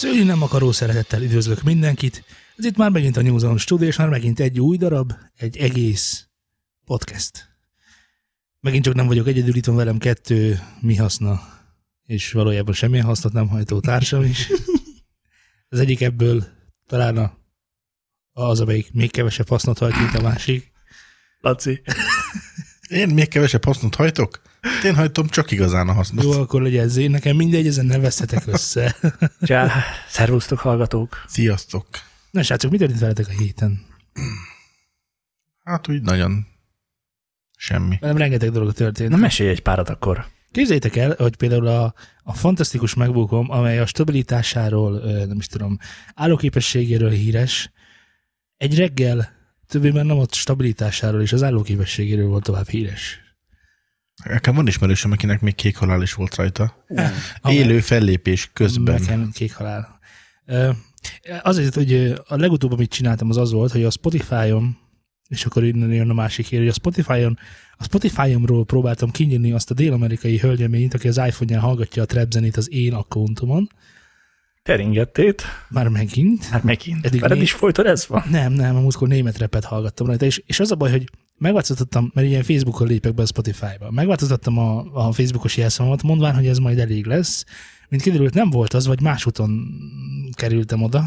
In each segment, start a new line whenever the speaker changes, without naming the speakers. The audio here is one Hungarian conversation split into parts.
Szőni nem akaró szeretettel üdvözlök mindenkit. Ez itt már megint a New Zealand Studio, és már megint egy új darab, egy egész podcast. Megint csak nem vagyok egyedül, itt van velem kettő mi haszna, és valójában semmilyen hasznot nem hajtó társam is. Az egyik ebből talán az, amelyik még kevesebb hasznot hajt, mint a másik.
Laci.
Én még kevesebb hasznot hajtok? Én hajtom csak igazán a hasznot.
Jó, akkor legyen zé, nekem mindegy, ezen ne veszhetek össze.
Csá, szervusztok hallgatók.
Sziasztok.
Na srácok, mit történt veletek a héten?
Hát úgy nagyon semmi.
Velem rengeteg dolog történt.
Na mesélj egy párat akkor.
Képzeljétek el, hogy például a fantasztikus MacBookom, amely a stabilitásáról, nem is tudom, állóképességéről híres, egy reggel többében nem a stabilitásáról és az állóképességéről volt tovább híres.
Nekem van ismerősöm, akinek még kék halál is volt rajta. Élő fellépés közben.
Nekem kék halál. Azért, hogy a legutóbb, amit csináltam, az volt, hogy a Spotify-on, és akkor innen jön a másik hír, hogy a Spotify-omról próbáltam kinyírni azt a dél-amerikai hölgyeményt, aki az iPhone-ján hallgatja a trap zenét az én accountomon.
Teringettét.
Már megint.
Hát megint. Veled is folyton ez van?
Nem, a múltkor német rappet hallgattam rajta, és az a baj, hogy megváltoztattam, mert ilyen Facebookon lépek be a Spotify-ba. Megváltoztattam a Facebookos jelszavamat, mondván, hogy ez majd elég lesz. Mint kiderült, nem volt az, vagy más úton kerültem oda.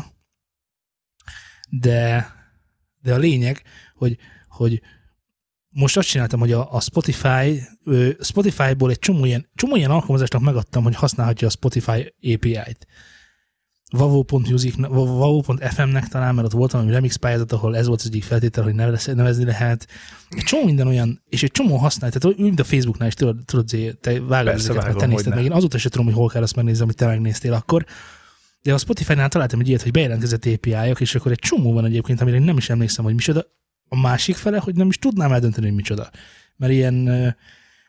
De a lényeg, hogy most azt csináltam, hogy a Spotify-ból egy csomó ilyen alkalmazásnak megadtam, hogy használhatja a Spotify API-t. Vavo.fm-nek talán, mert ott volt valami remix pályázat, ahol ez volt az egyik feltétel, hogy nevezni lehet. Egy csomó minden olyan, és egy csomó használ, tehát úgy, mint a Facebooknál is, tudod, te vágod ezeket, mert te nézted meg. Én azóta sem tudom, hogy hol kell azt megnézni, amit te megnéztél akkor. De a Spotify-nál találtam egy ilyet, hogy bejelentkezett API-ok, és akkor egy csomó van egyébként, amire én nem is emlékszem, hogy micsoda. A másik fele, hogy nem is tudnám eldönteni, hogy micsoda. Mert ilyen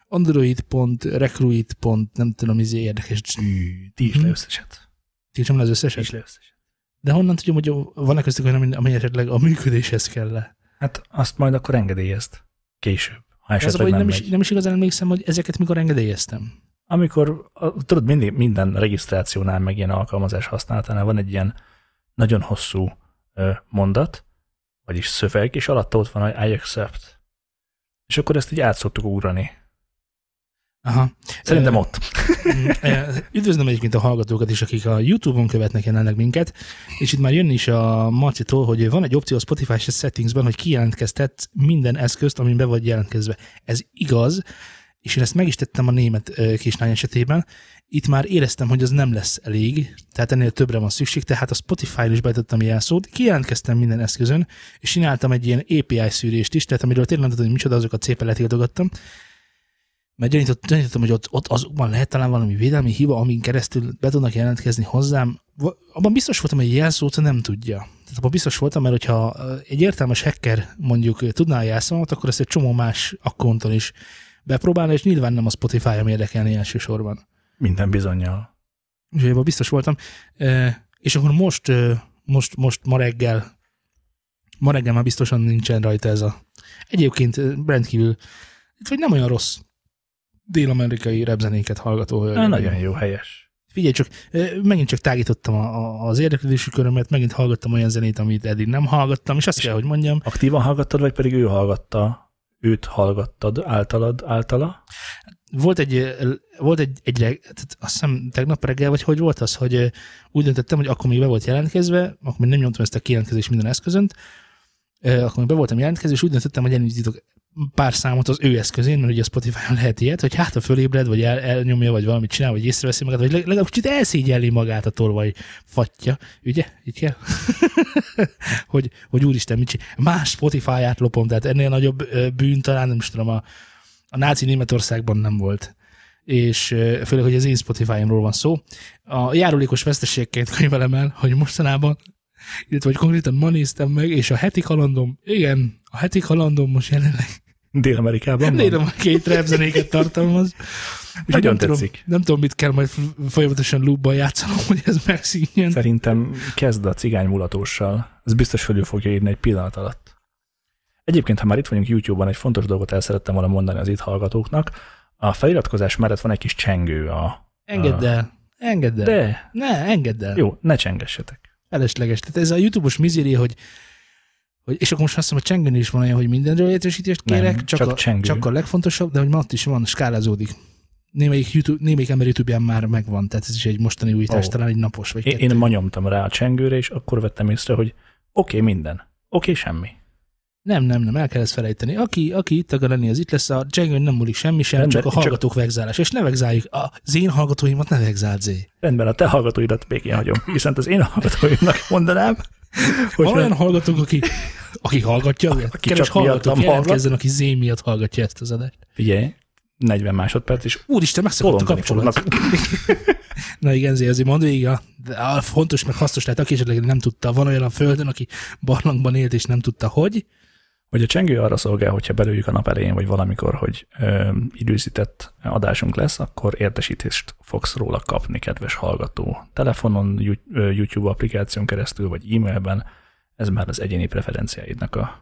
android.recruit. nem tudom, érdekes.
Ti is le összeset.
Tiltsam le az összeset? De honnan tudjam, hogy van-e köztük olyan, ami esetleg a működéshez kell le?
Hát azt majd akkor engedélyezd. Később. Ha esetleg
nem is igazán emlékszem, hogy ezeket mikor engedélyeztem.
Amikor, tudod, minden regisztrációnál, meg ilyen alkalmazás használatánál van egy ilyen nagyon hosszú mondat, vagyis szöveg, és alatta ott van, hogy I accept. És akkor ezt így át szoktuk ugrani.
Aha.
Szerintem ott.
Üdvözlöm egyébként a hallgatókat is, akik a YouTube-on követnek jelenleg minket, és itt már jön is a Marcitól, hogy van egy opció a Spotify settingsben, hogy kijelentkeztet minden eszközt, amin be vagy jelentkezve. Ez igaz, és én ezt meg is tettem a német kislány esetében. Itt már éreztem, hogy az nem lesz elég, tehát ennél többre van szükség, tehát a Spotify-n is betettem jelszót, kijelentkeztem minden eszközön, és csináltam egy ilyen API szűrést is, tehát amiről tényleg nem tudom, hogy micsoda, azokat szépen letiltogattam, mert gyanítottam, hogy ott azokban lehet talán valami védelmi hiba, amin keresztül be tudnak jelentkezni hozzám. Abban biztos voltam, hogy jelszót nem tudja. Tehát abban biztos voltam, mert hogyha egy értelmes hacker mondjuk tudná a jelszót, akkor ezt egy csomó más accounton is bepróbálna, és nyilván nem a Spotify-om érdekelni elsősorban.
Minden bizonnyal.
Úgyhogy abban biztos voltam. És akkor most ma reggel már biztosan nincsen rajta ez a... Egyébként rendkívül, vagy nem olyan rossz dél-amerikai repzenéket hallgató hölgy.
Nagyon jó, helyes.
Figyelj csak, megint csak tágítottam az érdeklődési körömet, megint hallgattam olyan zenét, amit eddig nem hallgattam, és azt kell, hogy mondjam.
Aktívan hallgattad, vagy pedig ő hallgatta? Őt hallgattad általa? Volt egy azt hiszem tegnap reggel, vagy hogy volt az, hogy úgy döntöttem, hogy akkor még be volt jelentkezve, akkor még nem nyomtam ezt a kijelentkezést minden eszközönt, akkor még be voltam jelentkezve, és úgy döntöttem, hogy elindítok pár számot az ő eszközén, mert ugye a Spotify-on lehet ilyet, hogy hát ha fölébred, vagy elnyomja, vagy valamit csinál, vagy észreveszi magát, vagy legalább kicsit elszégyelli magát a tolvaj fatja. Ugye? Így kell? hogy úristen, mit csinál? Más Spotify-át lopom, tehát ennél nagyobb bűn talán, nem is tudom, a náci Németországban nem volt. És főleg, hogy az én Spotify-omról van szó. A járulékos veszteségként könyvelem el, hogy mostanában, illetve hogy konkrétan ma néztem meg, és a heti kalandom most jelenleg Dél-Amerikában van?
Két repzenéket tartalmaz.
Nagyon tetszik.
Nem tudom, mit kell majd folyamatosan loopban játszanom, hogy ez megszínjen.
Szerintem kezd a cigány mulatóssal. Ez biztos felül fogja írni egy pillanat alatt. Egyébként, ha már itt vagyunk YouTube-ban, egy fontos dolgot el szerettem volna mondani az itt hallgatóknak. A feliratkozás mellett van egy kis csengő
Engedd el. Engedd el.
De.
Ne, engedd el.
Jó, ne csengessetek.
Felesleges. Tehát ez a YouTube-os mizéria, hogy és akkor most azt mondom, hogy csengőn is van olyan, hogy mindenről értesítést kérek,
Nem,
csak a legfontosabb, de hogy ma ott is van, skálázódik. Némelyik ember YouTube-ján már megvan, tehát ez is egy mostani újítás, talán egy napos vagy kettő.
Én ma nyomtam rá a csengőre, és akkor vettem észre, hogy oké, minden. Oké, semmi.
Nem, el kell ezt felejteni. Aki itt akar lenni, az itt lesz, a csengőn nem múlik semmi sem,
Rendben,
csak a hallgatók vegzálás. És ne vegzáljuk, az én hallgatóimat ne vegzáld, Zé.
Rendben, a te hallgatóidat békén hagyom. Viszont az én hallgatóimnak mondanám, hogy
van olyan hallgatók, aki hallgatja,
aki
keres
csak
hallgatók jelentkezzen, aki Zé miatt hallgatja ezt az adást.
Figyelj, 40 másodperc, és
úristen, megszakadt a kapcsolat. Na igen, Zé, azért mondd végig, de fontos, meg hasznos lehet, aki esetleg nem tudta. Van olyan a földön, aki barlangban élt, és nem tudta, hogy
a csengő arra szolgál, hogyha belőjük a nap elején, vagy valamikor, hogy időzített adásunk lesz, akkor értesítést fogsz róla kapni, kedves hallgató. Telefonon, YouTube applikáción keresztül, vagy e-mailben. Ez már az egyéni preferenciáidnak a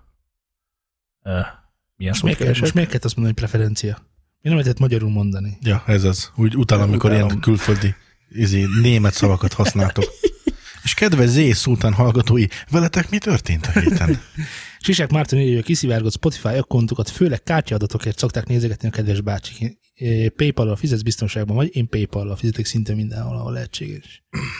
milyen szót keresek?
Most miért kellett azt mondani, hogy preferencia? Én nem lehetett magyarul mondani.
Ja, ez az. Úgy utána, amikor ilyen külföldi német szavakat használtok. És kedves Zé Szultán hallgatói, veletek mi történt a héten?
Sisák Márton írja, hogy a kiszivárgott Spotify akkontokat főleg kártyaadatokért szokták nézegetni a kedves bácsik. PayPal-al fizetsz, biztonságban vagy? Én PayPal-al fizetek szinte mindenhol, ahol lehetséges.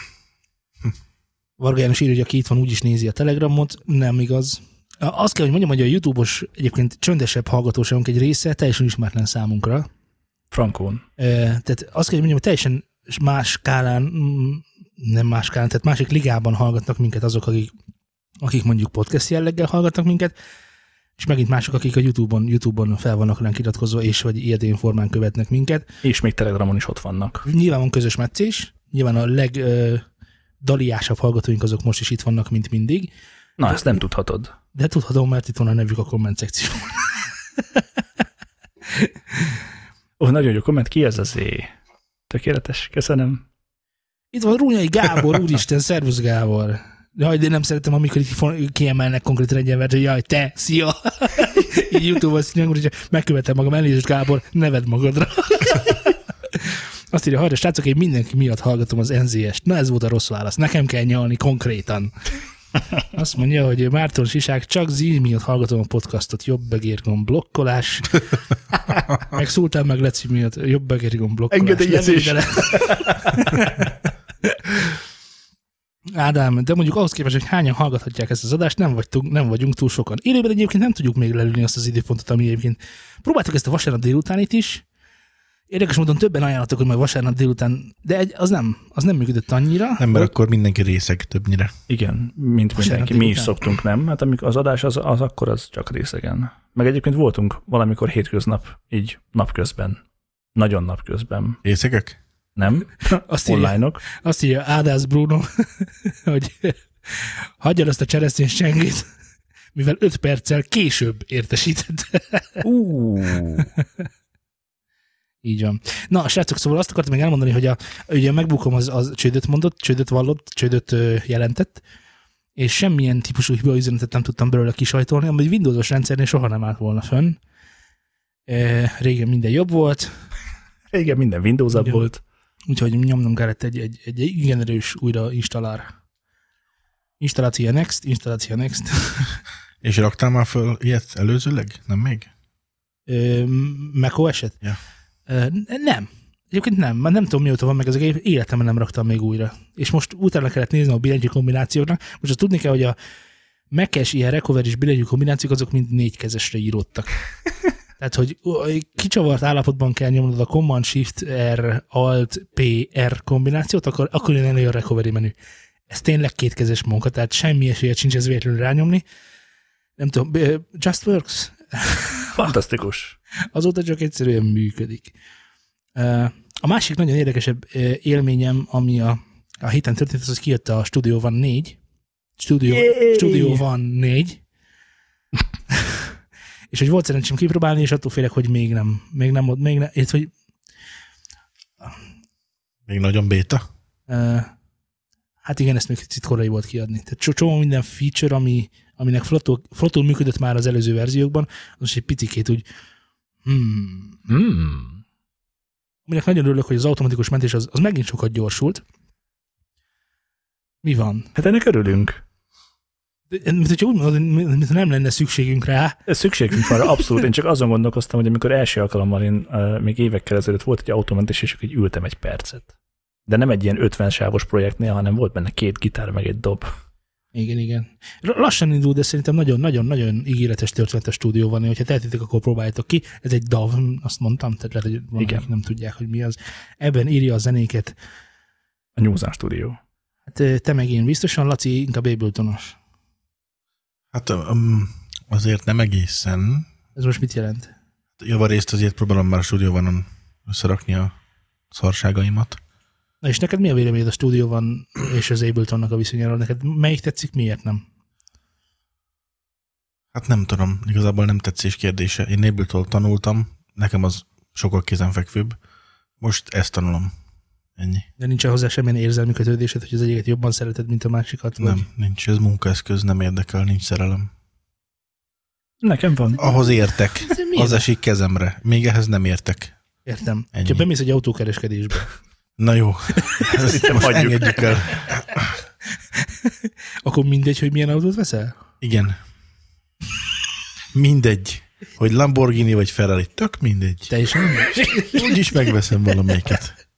Varga János írja, hogy aki itt van, úgyis nézi a Telegramot. Nem igaz. Azt kell, hogy mondjam, hogy a YouTube-os egyébként csöndesebb hallgatóságunk egy része teljesen ismeretlen számunkra.
Frankón.
Tehát azt kell, hogy mondjam, hogy teljesen más skálán, nem más skálán, tehát másik ligában hallgatnak minket azok, akik mondjuk podcast jelleggel hallgatnak minket, és megint mások, akik a YouTube-on fel vannak ránk iratkozva, és vagy ilyetén formán követnek minket.
És még Telegramon is ott vannak.
Nyilván van közös meccés, nyilván a legdaliásabb hallgatóink azok most is itt vannak, mint mindig.
Na, ezt nem tudhatod.
De tudhatom, mert itt van a nevük a komment szekcióban.
Nagyon jó komment, ki ez az Tökéletes, köszönöm. Itt van
Rúnyai Gábor, úristen, szervusz Gábor. Jaj, de nem szeretem, amikor kiemelnek konkrétan egy embert, hogy jaj, te, szia. Így YouTube-on hogy megkövetem magam, elnézést Gábor, neved magadra. Azt írja, hajra, srácok, én mindenki miatt hallgatom az NZS-t. Na, ez volt a rossz válasz. Nekem kell nyalni konkrétan. Azt mondja, hogy Márton Sisák, csak Zí miatt hallgatom a podcastot, jobb begérgomb blokkolás. Meg Szultán meg Leci miatt jobb begérgomb blokkolás.
Engedélyezés.
Ádám, de mondjuk ahhoz képest, hogy hányan hallgathatják ezt az adást, nem vagyunk túl sokan. Élőben egyébként nem tudjuk még lelőni azt az időpontot, ami egyébként próbáltuk ezt a vasárnap délutánit is. Érdekes módon többen ajánlottak, hogy majd vasárnap délután, de az nem működött annyira.
Nem, mert akkor mindenki részeg többnyire.
Igen, mint mindenki. Mi is szoktunk, nem? Hát amikor az adás az akkor az csak részegen. Meg egyébként voltunk valamikor hétköznap, így napközben. Nagyon napközben.
Részegek?
Nem, online-ok.
Azt írja Ádász Bruno, hogy hagyjad azt a cseresztény sengét, mivel 5 perccel később értesített. Így van. Na, srácok, szóval azt akartam még elmondani, hogy ugye a MacBookom az csődöt mondott, csődöt vallott, csődöt jelentett, és semmilyen típusú hibaüzenetet nem tudtam belőle kisajtolni, ami Windows-os rendszernél soha nem állt volna fönn. Régen minden jobb volt.
Régen minden Windows-abb volt.
Úgyhogy nyomnom kellett egy igen erős újra installáció next.
És raktál már föl ilyet előzőleg? Nem még?
macOS-et?
Ja.
Nem. Egyébként nem. Már nem tudom, mióta van meg, az életemben nem raktam még újra. És most utána kellett nézni a billentyű kombinációknak. Most azt tudni kell, hogy a Mac-es ilyen recovery és billentyű kombinációk azok mind 4 kezesre íródtak. Tehát, hogy kicsavart állapotban kell nyomnod a Command Shift R Alt P R kombinációt, akkor jön elő a recovery menü. Ez tényleg 2 kezes munka, tehát semmi esélyed sincs ez véletlenül rányomni. Nem tudom, Just Works.
Fantasztikus.
Azóta csak egyszerűen működik. A másik nagyon érdekesebb élményem, ami a héten történt, az kijött a Studio One 4. Studio One 4. És hogy volt szerencsém kipróbálni, és attól félek, hogy még nem. Hogy
még nagyon béta?
Hát igen, ezt még kicsit korai volt kiadni. Tehát csomó minden feature, aminek flottul működött már az előző verziókban, az egy picikét úgy aminek nagyon örülök, hogy az automatikus mentés az megint sokat gyorsult. Mi van?
Hát ennek örülünk.
Mint hogyha úgy mondod, mintha nem lenne szükségünk rá.
Szükségünk van rá, abszolút. Én csak azon gondolkoztam, hogy amikor első alkalommal én még évekkel ezelőtt volt egy autómentés, és így ültem egy percet. De nem egy ilyen 50 sávos projektnél, hanem volt benne 2 gitár, meg egy dob.
Igen. Lassan indul, de szerintem nagyon-nagyon ígéretes történetes stúdió van, hogyha tehetitek, akkor próbáljátok ki. Ez egy DAW, azt mondtam, tehát lehet, hogy valamelyik nem tudják, hogy mi az. Ebben írja a zenéket.
A Newsan stúdió.
Hát te meg én biztosan, Laci inkább Ableton-os.
Hát azért nem egészen.
Ez most mit jelent?
Javarészt azért próbálom már a stúdióban összerakni a szarságaimat.
Na és neked mi a véleményed a stúdióban és az Abletonnak a viszonyáról? Neked melyik tetszik, miért nem?
Hát nem tudom, igazából nem tetszés kérdése. Én Ableton tanultam, nekem az sokkal kézenfekvőbb. Most ezt tanulom. Ennyi.
De nincs hozzá semmilyen érzelmi kötődésed, hogy az egyiket jobban szereted, mint a másikat? Vagy?
Nem, nincs. Ez munkaeszköz, nem érdekel, nincs szerelem.
Nekem van.
Ahhoz értek. Az esik kezemre. Még ehhez nem értek.
Értem.
Ennyi.
Ha bemész egy autókereskedésbe.
Na jó. Ezt most engedjük el.
Akkor mindegy, hogy milyen autót veszel?
Igen. Mindegy. Hogy Lamborghini vagy Ferrari. Tök mindegy.
Teljesen mindegy.
Úgyis megveszem valamelyiket.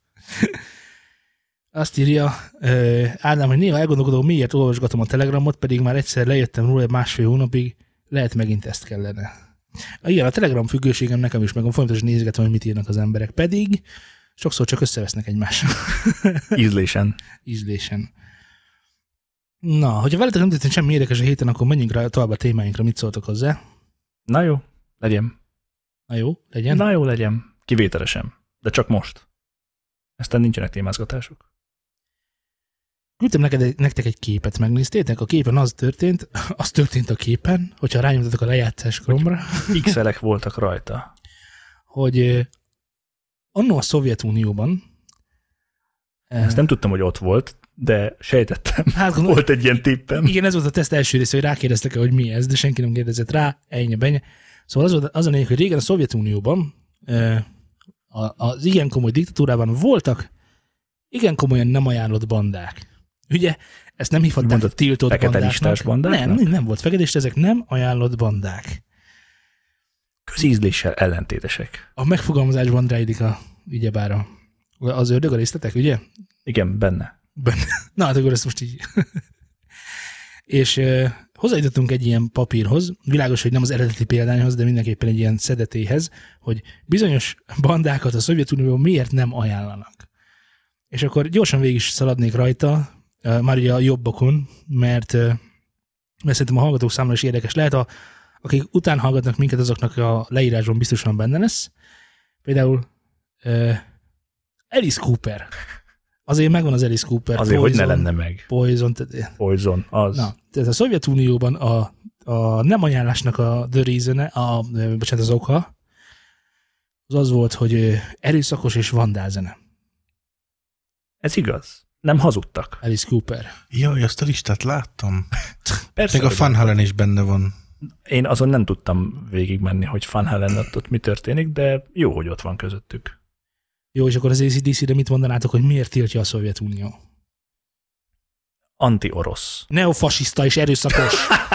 Azt írja Ádám, hogy néha elgondolkodom, miért olvasgatom a Telegramot, pedig már egyszer lejöttem róla 1,5 hónapig, lehet megint ezt kellene. Igen, a Telegram függőségem nekem is megvan, folyamatosan nézgetem, hogy mit írnak az emberek, pedig sokszor csak összevesznek egymással. Ízlésen. Na, hogyha veletek nem történt semmi érdekes a héten, akkor menjünk rá tovább a témáinkra, mit szóltok hozzá?
Na jó, legyen.
Na jó, legyen?
Na jó, legyen. Kivételesen. De csak most. Aztán nincsenek témázgatások.
Küldtem nektek egy képet, megnéztétek? A képen az történt a képen, hogyha rányomtatok a lejátszás kromra.
X-elek voltak rajta.
Hogy annó a Szovjetunióban...
Ezt nem tudtam, hogy ott volt, de sejtettem. Hát, volt egy ilyen tippem.
Igen, ez volt a teszt első része, hogy rákérdeztek-e, hogy mi ez, de senki nem kérdezett rá, ennyi. Szóval az a lényeg, hogy régen a Szovjetunióban az igen komoly diktatúrában voltak igen komolyan nem ajánlott bandák. Ugye, ezt nem hívhatták tiltott bandáknak. Nem volt feketést, ezek nem ajánlott bandák.
Közízléssel ellentétesek.
A megfogalmazásban rejlik ugyebár az ördög a részletek, ugye?
Igen, benne.
Na, hát akkor ezt most így... És hozzájutottunk egy ilyen papírhoz, világos, hogy nem az eredeti példányhoz, de mindenképpen egy ilyen szedetéhez, hogy bizonyos bandákat a Szovjetunióban miért nem ajánlanak. És akkor gyorsan végig is szaladnék rajta, már ugye a jobbokon, mert szerintem a hallgatók számára is érdekes lehet. Akik után hallgatnak minket, azoknak a leírásban biztosan benne lesz. Például Alice Cooper. Azért megvan az Alice Cooper.
Azért, Poison, hogy ne lenne meg.
Poison,
az.
Na, tehát a Szovjetunióban a nem ajánlásnak a the reason, az oka, az volt, hogy erőszakos és vandálzene.
Ez igaz. Nem hazudtak.
Alice Cooper.
Jaj, azt a listát láttam.
Persze.
Még a Van Halen is benne van.
Én azon nem tudtam végigmenni, hogy Van Halen ott mi történik, de jó, hogy ott van közöttük.
Jó, és akkor az AC/DC-re mit mondanátok, hogy miért tiltja a Szovjetunió?
Anti-orosz.
Neofasiszta és erőszakos.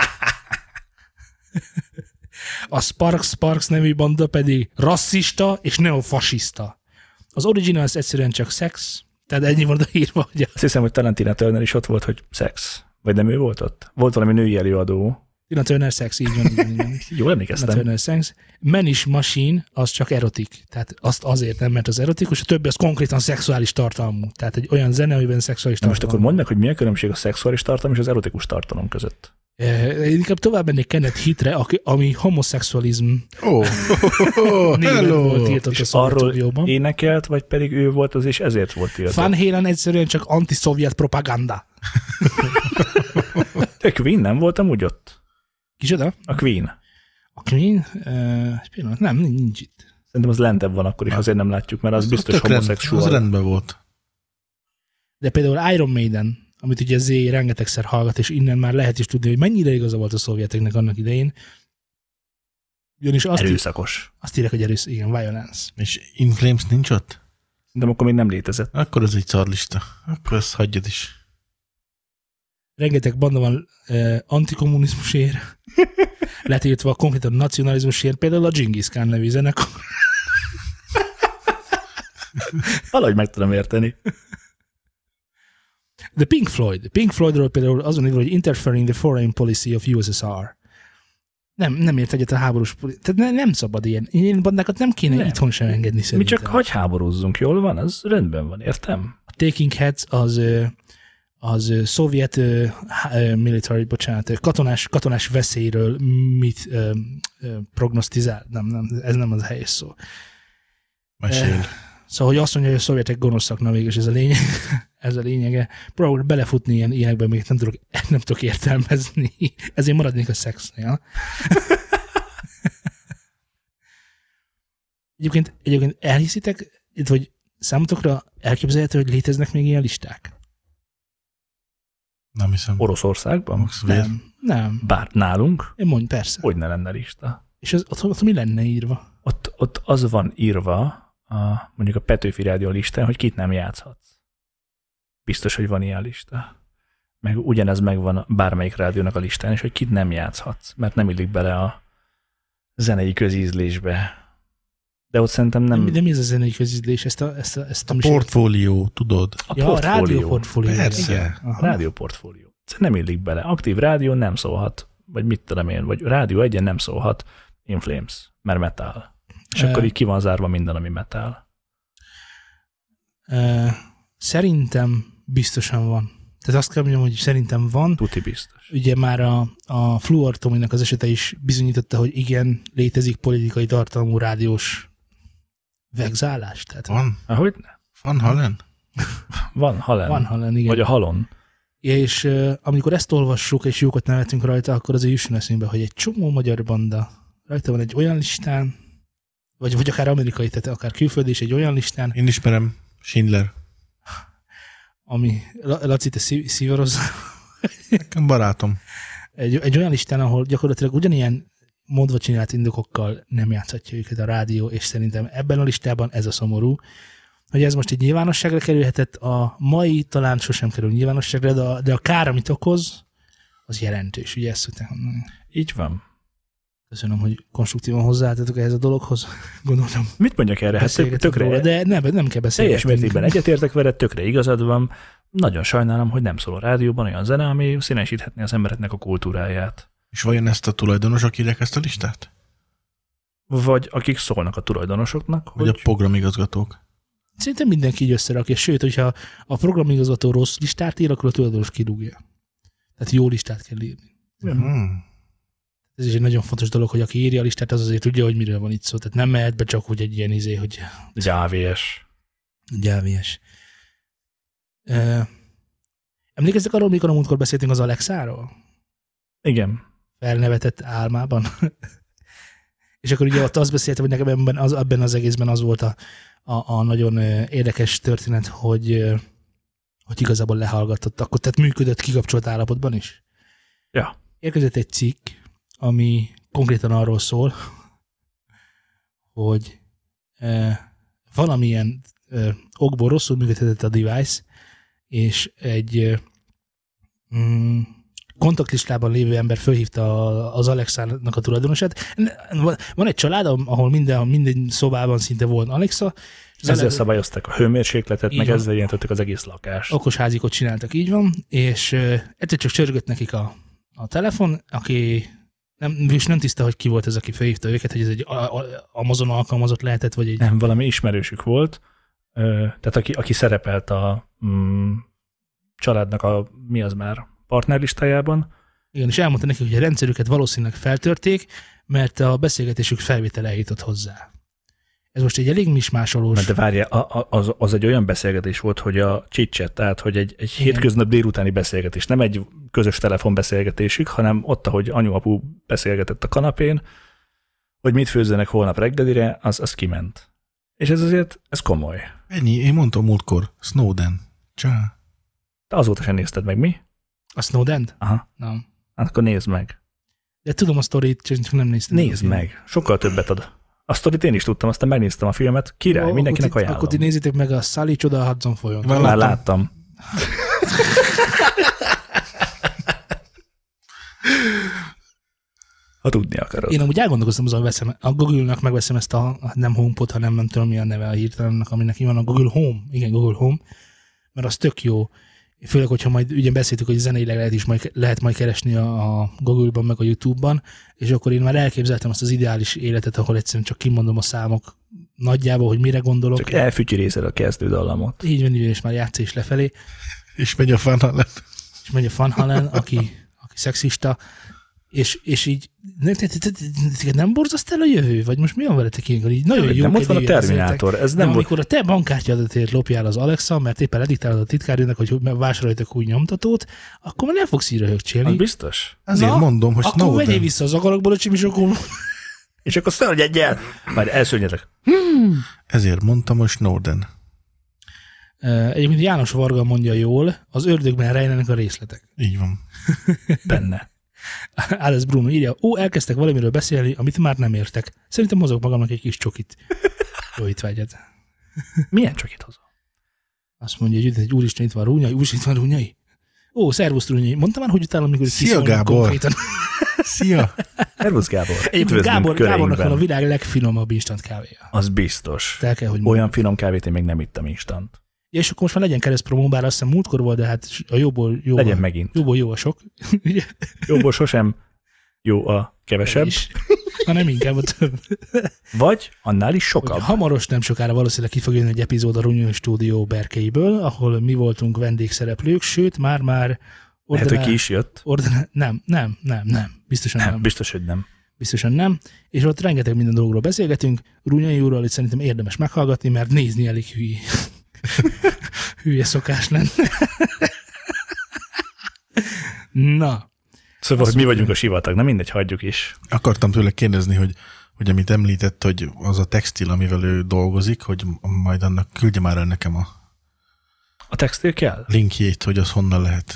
A Sparks nevű banda pedig rasszista és neofasiszta. Az Originals egyszerűen csak szex, tehát ennyi van írva, hogy...
Azt hiszem, hogy talán Tina Turner is ott volt, hogy szex. Vagy nem ő volt ott? Volt valami női előadó.
Tina Turner szex, így van.
Jól emlékeztem.
Tina Turner szex. Manish Machine, az csak erotik. Tehát azt azért nem, mert az erotikus, a többi az konkrétan szexuális tartalmú. Tehát egy olyan zene, amiben szexuális tartalmú.
Most akkor mondd meg, hogy mi a különbség a szexuális tartalom és az erotikus tartalom között.
Én inkább tovább mennék Kenneth Hitre, ami homoszexualizm néven volt tiltott a Szovjetunióban.
Arról énekelt, vagy pedig ő volt az, és ezért volt tiltott?
Van Halen egyszerűen csak antiszovjet propaganda.
De Queen nem voltam úgy ott?
Kicsoda?
A Queen.
A Queen? Pillanat, nem, nincs itt.
Szerintem az lentebb van akkor is, azért nem látjuk, mert az biztos homoszexuális.
Az rendben volt.
De például Iron Maiden, amit ugye Z rengetegszer hallgat, és innen már lehet is tudni, hogy mennyire igaza volt a szovjeteknek annak idején.
Erőszakos.
Azt írják, hogy igen, violence.
És In Flames nincs ott?
De akkor még nem létezett.
Akkor ez egy szarlista. Akkor ezt hagyjad is.
Rengeteg banda van antikommunizmusért, letiltva konkrétan nacionalizmusért, például a Genghis Khan nevű zenekar.
Valahogy meg tudom érteni.
The Pink Floyd. Pink Floydról például azon írva, hogy interfering the foreign policy of USSR. Nem ért egyet a háborús tehát nem szabad ilyen bandákat nem kéne itthon sem engedni szerintem.
Mi csak hagy háborúzzunk, jól van? Az rendben van, értem?
A Taking Heads az szovjet military, katonás veszélyről mit prognosztizál. Nem, ez nem az helyes szó.
Mesél.
Szóval, hogy azt mondja, hogy a szovjetek gonoszak, na végül ez a lényeg. Ez a lényege. Próbálok belefutni ilyenekben, még nem tudok értelmezni. Ezért maradnék a szexnél. Egyébként elhiszitek, vagy számotokra elképzelhető, hogy léteznek még ilyen listák?
Nem hiszem.
Oroszországban?
Nem.
Bár nálunk?
Én mondj, persze.
Hogy ne lenne lista?
És ott mi lenne írva?
Ott az van írva, mondjuk a Petőfi Rádió listán, hogy kit nem játszhatsz. Biztos, hogy van ilyen lista. Meg ugyanez megvan bármelyik rádiónak a listán is, hogy kit nem játszhatsz, mert nem illik bele a zenei közízlésbe. De ott szerintem nem...
De mi ez a zenei közízlés? Ezt
a portfólió, tudod?
A rádióportfólió.
Persze.
Igen, a rádióportfólió. Nem illik bele. Aktív rádió nem szólhat, vagy mit tudom én, vagy rádió egyen nem szólhat In Flames, mert metal. És akkor így ki van zárva minden, ami metal.
Szerintem biztosan van. Tehát azt kell mondjam, hogy szerintem van.
Tuti biztos.
Ugye már a Fluor Tominak az esete is bizonyította, hogy igen, létezik politikai tartalmú rádiós vegzálás. Tehát
van?
Ahogyne?
Van Halen?
Van Halen.
Van Halen, igen.
Vagy a Halon.
És amikor ezt olvassuk, és jókat nevetünk rajta, akkor azért jusson eszünkbe, hogy egy csomó magyar banda rajta van egy olyan listán, vagy akár amerikai, tehát akár külföldi is egy olyan listán.
Én ismerem Schindler.
Ami, Laci, te szívarozz.
Nekem barátom.
Egy olyan listán, ahol gyakorlatilag ugyanilyen mondva csinált indokokkal nem játszhatja őket a rádió, és szerintem ebben a listában ez a szomorú, hogy ez most egy nyilvánosságra kerülhetett, a mai talán sosem kerül nyilvánosságra, de a kár, amit okoz, az jelentős. Ugye ezt szokták mondani.
Így van.
Köszönöm, hogy konstruktívan hozzáálltatok ehhez a dologhoz. Gondoltam.
Mit mondjak erre? Hát tökre.
Róla, de nem kell beszélni.
Teljes mértékben egyetértek veled, tökre igazad van. Nagyon sajnálom, hogy nem szól a rádióban olyan zene, ami színesíthetné az embereknek a kultúráját.
És vajon ezt a tulajdonosok írják ezt a listát?
Vagy akik szólnak a tulajdonosoknak?
Vagy a programigazgatók?
Szerintem mindenki így összerakja. Sőt, hogyha a programigazgató rossz listát ír, akkor a tulajdonos kirúgja. Tehát jó listát kell írni. Ez is egy nagyon fontos dolog, hogy aki írja a listát, az azért tudja, hogy miről van itt szó. Tehát nem mehet be csak úgy egy ilyen hogy...
Egy AVS.
Egy AVS. Emlékeztek arról, mikor a múltkor beszéltünk az Alexáról?
Igen.
Felnevetett álmában. És akkor ugye ott azt beszéltem, hogy nekem ebben az egészben az volt a nagyon érdekes történet, hogy igazából lehallgatott akkor, tehát működött kikapcsolt állapotban is.
Ja.
Érkezett egy cikk, ami konkrétan arról szól, hogy valamilyen okból rosszul működhetett a device, és egy kontaktlistában lévő ember fölhívta az Alexának a tulajdonosát. Van egy család, ahol minden szobában szinte volt Alexa.
Ezzel szabályozták a hőmérsékletet, meg ezzel jelentettek az egész lakást.
Okos házikot csináltak, így van, és egyszer csak csörgött nekik a telefon, aki nem tiszta, hogy ki volt ez, aki felhívta őket, hogy ez egy Amazon alkalmazott lehetett, vagy egy...
Nem, valami ismerősük volt, tehát aki szerepelt a családnak mi az már partnerlistájában.
Igen, és elmondta nekik, hogy a rendszerüket valószínűleg feltörték, mert a beszélgetésük felvétele eljutott hozzá. Ez most egy elég mismásolós...
De várjál, az egy olyan beszélgetés volt, hogy a chit-chat, tehát hogy egy hétköznap délutáni beszélgetés, nem egy közös telefonbeszélgetésük, hanem ott, ahogy anyu-apu beszélgetett a kanapén, hogy mit főzzenek holnap reggelire, az kiment. És ez komoly.
Ennyi, én mondtam múltkor, Snowden. Csá.
Te azóta sem nézted meg, mi?
A Snowden-t?
Aha.
Nem.
Hát akkor nézd meg.
De tudom a sztorit, csak nem néztem.
Nézd meg. Sokkal többet ad A sztorit én is tudtam, aztán megnéztem a filmet. Király, mindenkinek ajánlom.
Akkor ti nézitek meg a Sully Csoda a Hudson folyón.
Már láttam. Ha tudni akarod.
Én amúgy elgondolkoztam azon, hogy veszem, a Google-nak megveszem ezt nem HomePod, hanem nem tudom mi a neve a hirtelennek, aminek van a Google Home. Igen, Google Home. Mert az tök jó. Főleg, hogyha majd ugye beszéltük, hogy zeneileg lehet majd keresni a Google-ban, meg a YouTube-ban, és akkor én már elképzeltem azt az ideális életet, ahol egyszerűen csak kimondom a számok nagyjából, hogy mire gondolok.
Csak elfütyürézed a kezdődallamot.
Így van, és már játsz is lefelé.
És megy a Van Halen.
És megy a Van Halen, aki szexista, és így nem borzaszt el a jövő? Vagy most mi van veletek ilyenkor? Így nagyon jó.
Nem, ott van a Terminátor. Ez nem
amikor a te bankkártyaadatért lopjál az Alexa, mert éppen ediktálod a titkárjének, hogy vásároljatok új nyomtatót, akkor már nem fogsz így röhögcsélni.
Az biztos.
Ezért mondom, hogy
Snowden. Akkor vegyél vissza az agarokból, és akkor...
És akkor szörnyedj el! Majd elszörnyedek.
Ezért mondtam, hogy Snowden.
Egyébként János Varga mondja jól, az ördögben rejlenek a részletek.
Így van.
Benne.
Alice Bruno írja, elkezdtek valamiről beszélni, amit már nem értek. Szerintem hozok magamnak egy kis csokit. Jó étvágyat.
Milyen csokit hozol?
Azt mondja, hogy úristen, itt van Rúnyai. Ó, szervusz Rúnyai. Mondtam már, hogy utálom, amikor
szia, Gábor. Konkrétan. Szia.
Szervusz, Gábor.
Egyébként Gábornak van a világ legfinomabb instant kávéja.
Az biztos.
Kell, hogy
olyan finom kávét én még nem ittam instant.
Ja, és akkor most már legyen keresztpromó, bár azt hiszem múltkor volt, de hát a jóból
legyen megint.
Jóból jó a sok.
Jóból sosem jó a kevesebb.
Hanem inkább a több.
Vagy annál is sokabb.
Hamaros nem sokára valószínűleg ki fog jönni egy epizód a Runyó Stúdió berkeiből, ahol mi voltunk vendégszereplők, sőt, már
lehet, hogy ki is jött.
Nem. Biztosan nem.
Biztos, hogy nem.
Biztosan nem. És ott rengeteg minden dologról beszélgetünk. Runyai úrral itt szerintem érdemes meghallgatni, mert nézni elég hülye szokás lenne. Na.
Szóval, hogy mi vagyunk a sivatag, na mindegy, hagyjuk is.
Akartam tőle kérdezni, hogy amit említett, hogy az a textil, amivel ő dolgozik, hogy majd annak küldje már el nekem
a textil kell?
Linkjét, hogy az honnan lehet.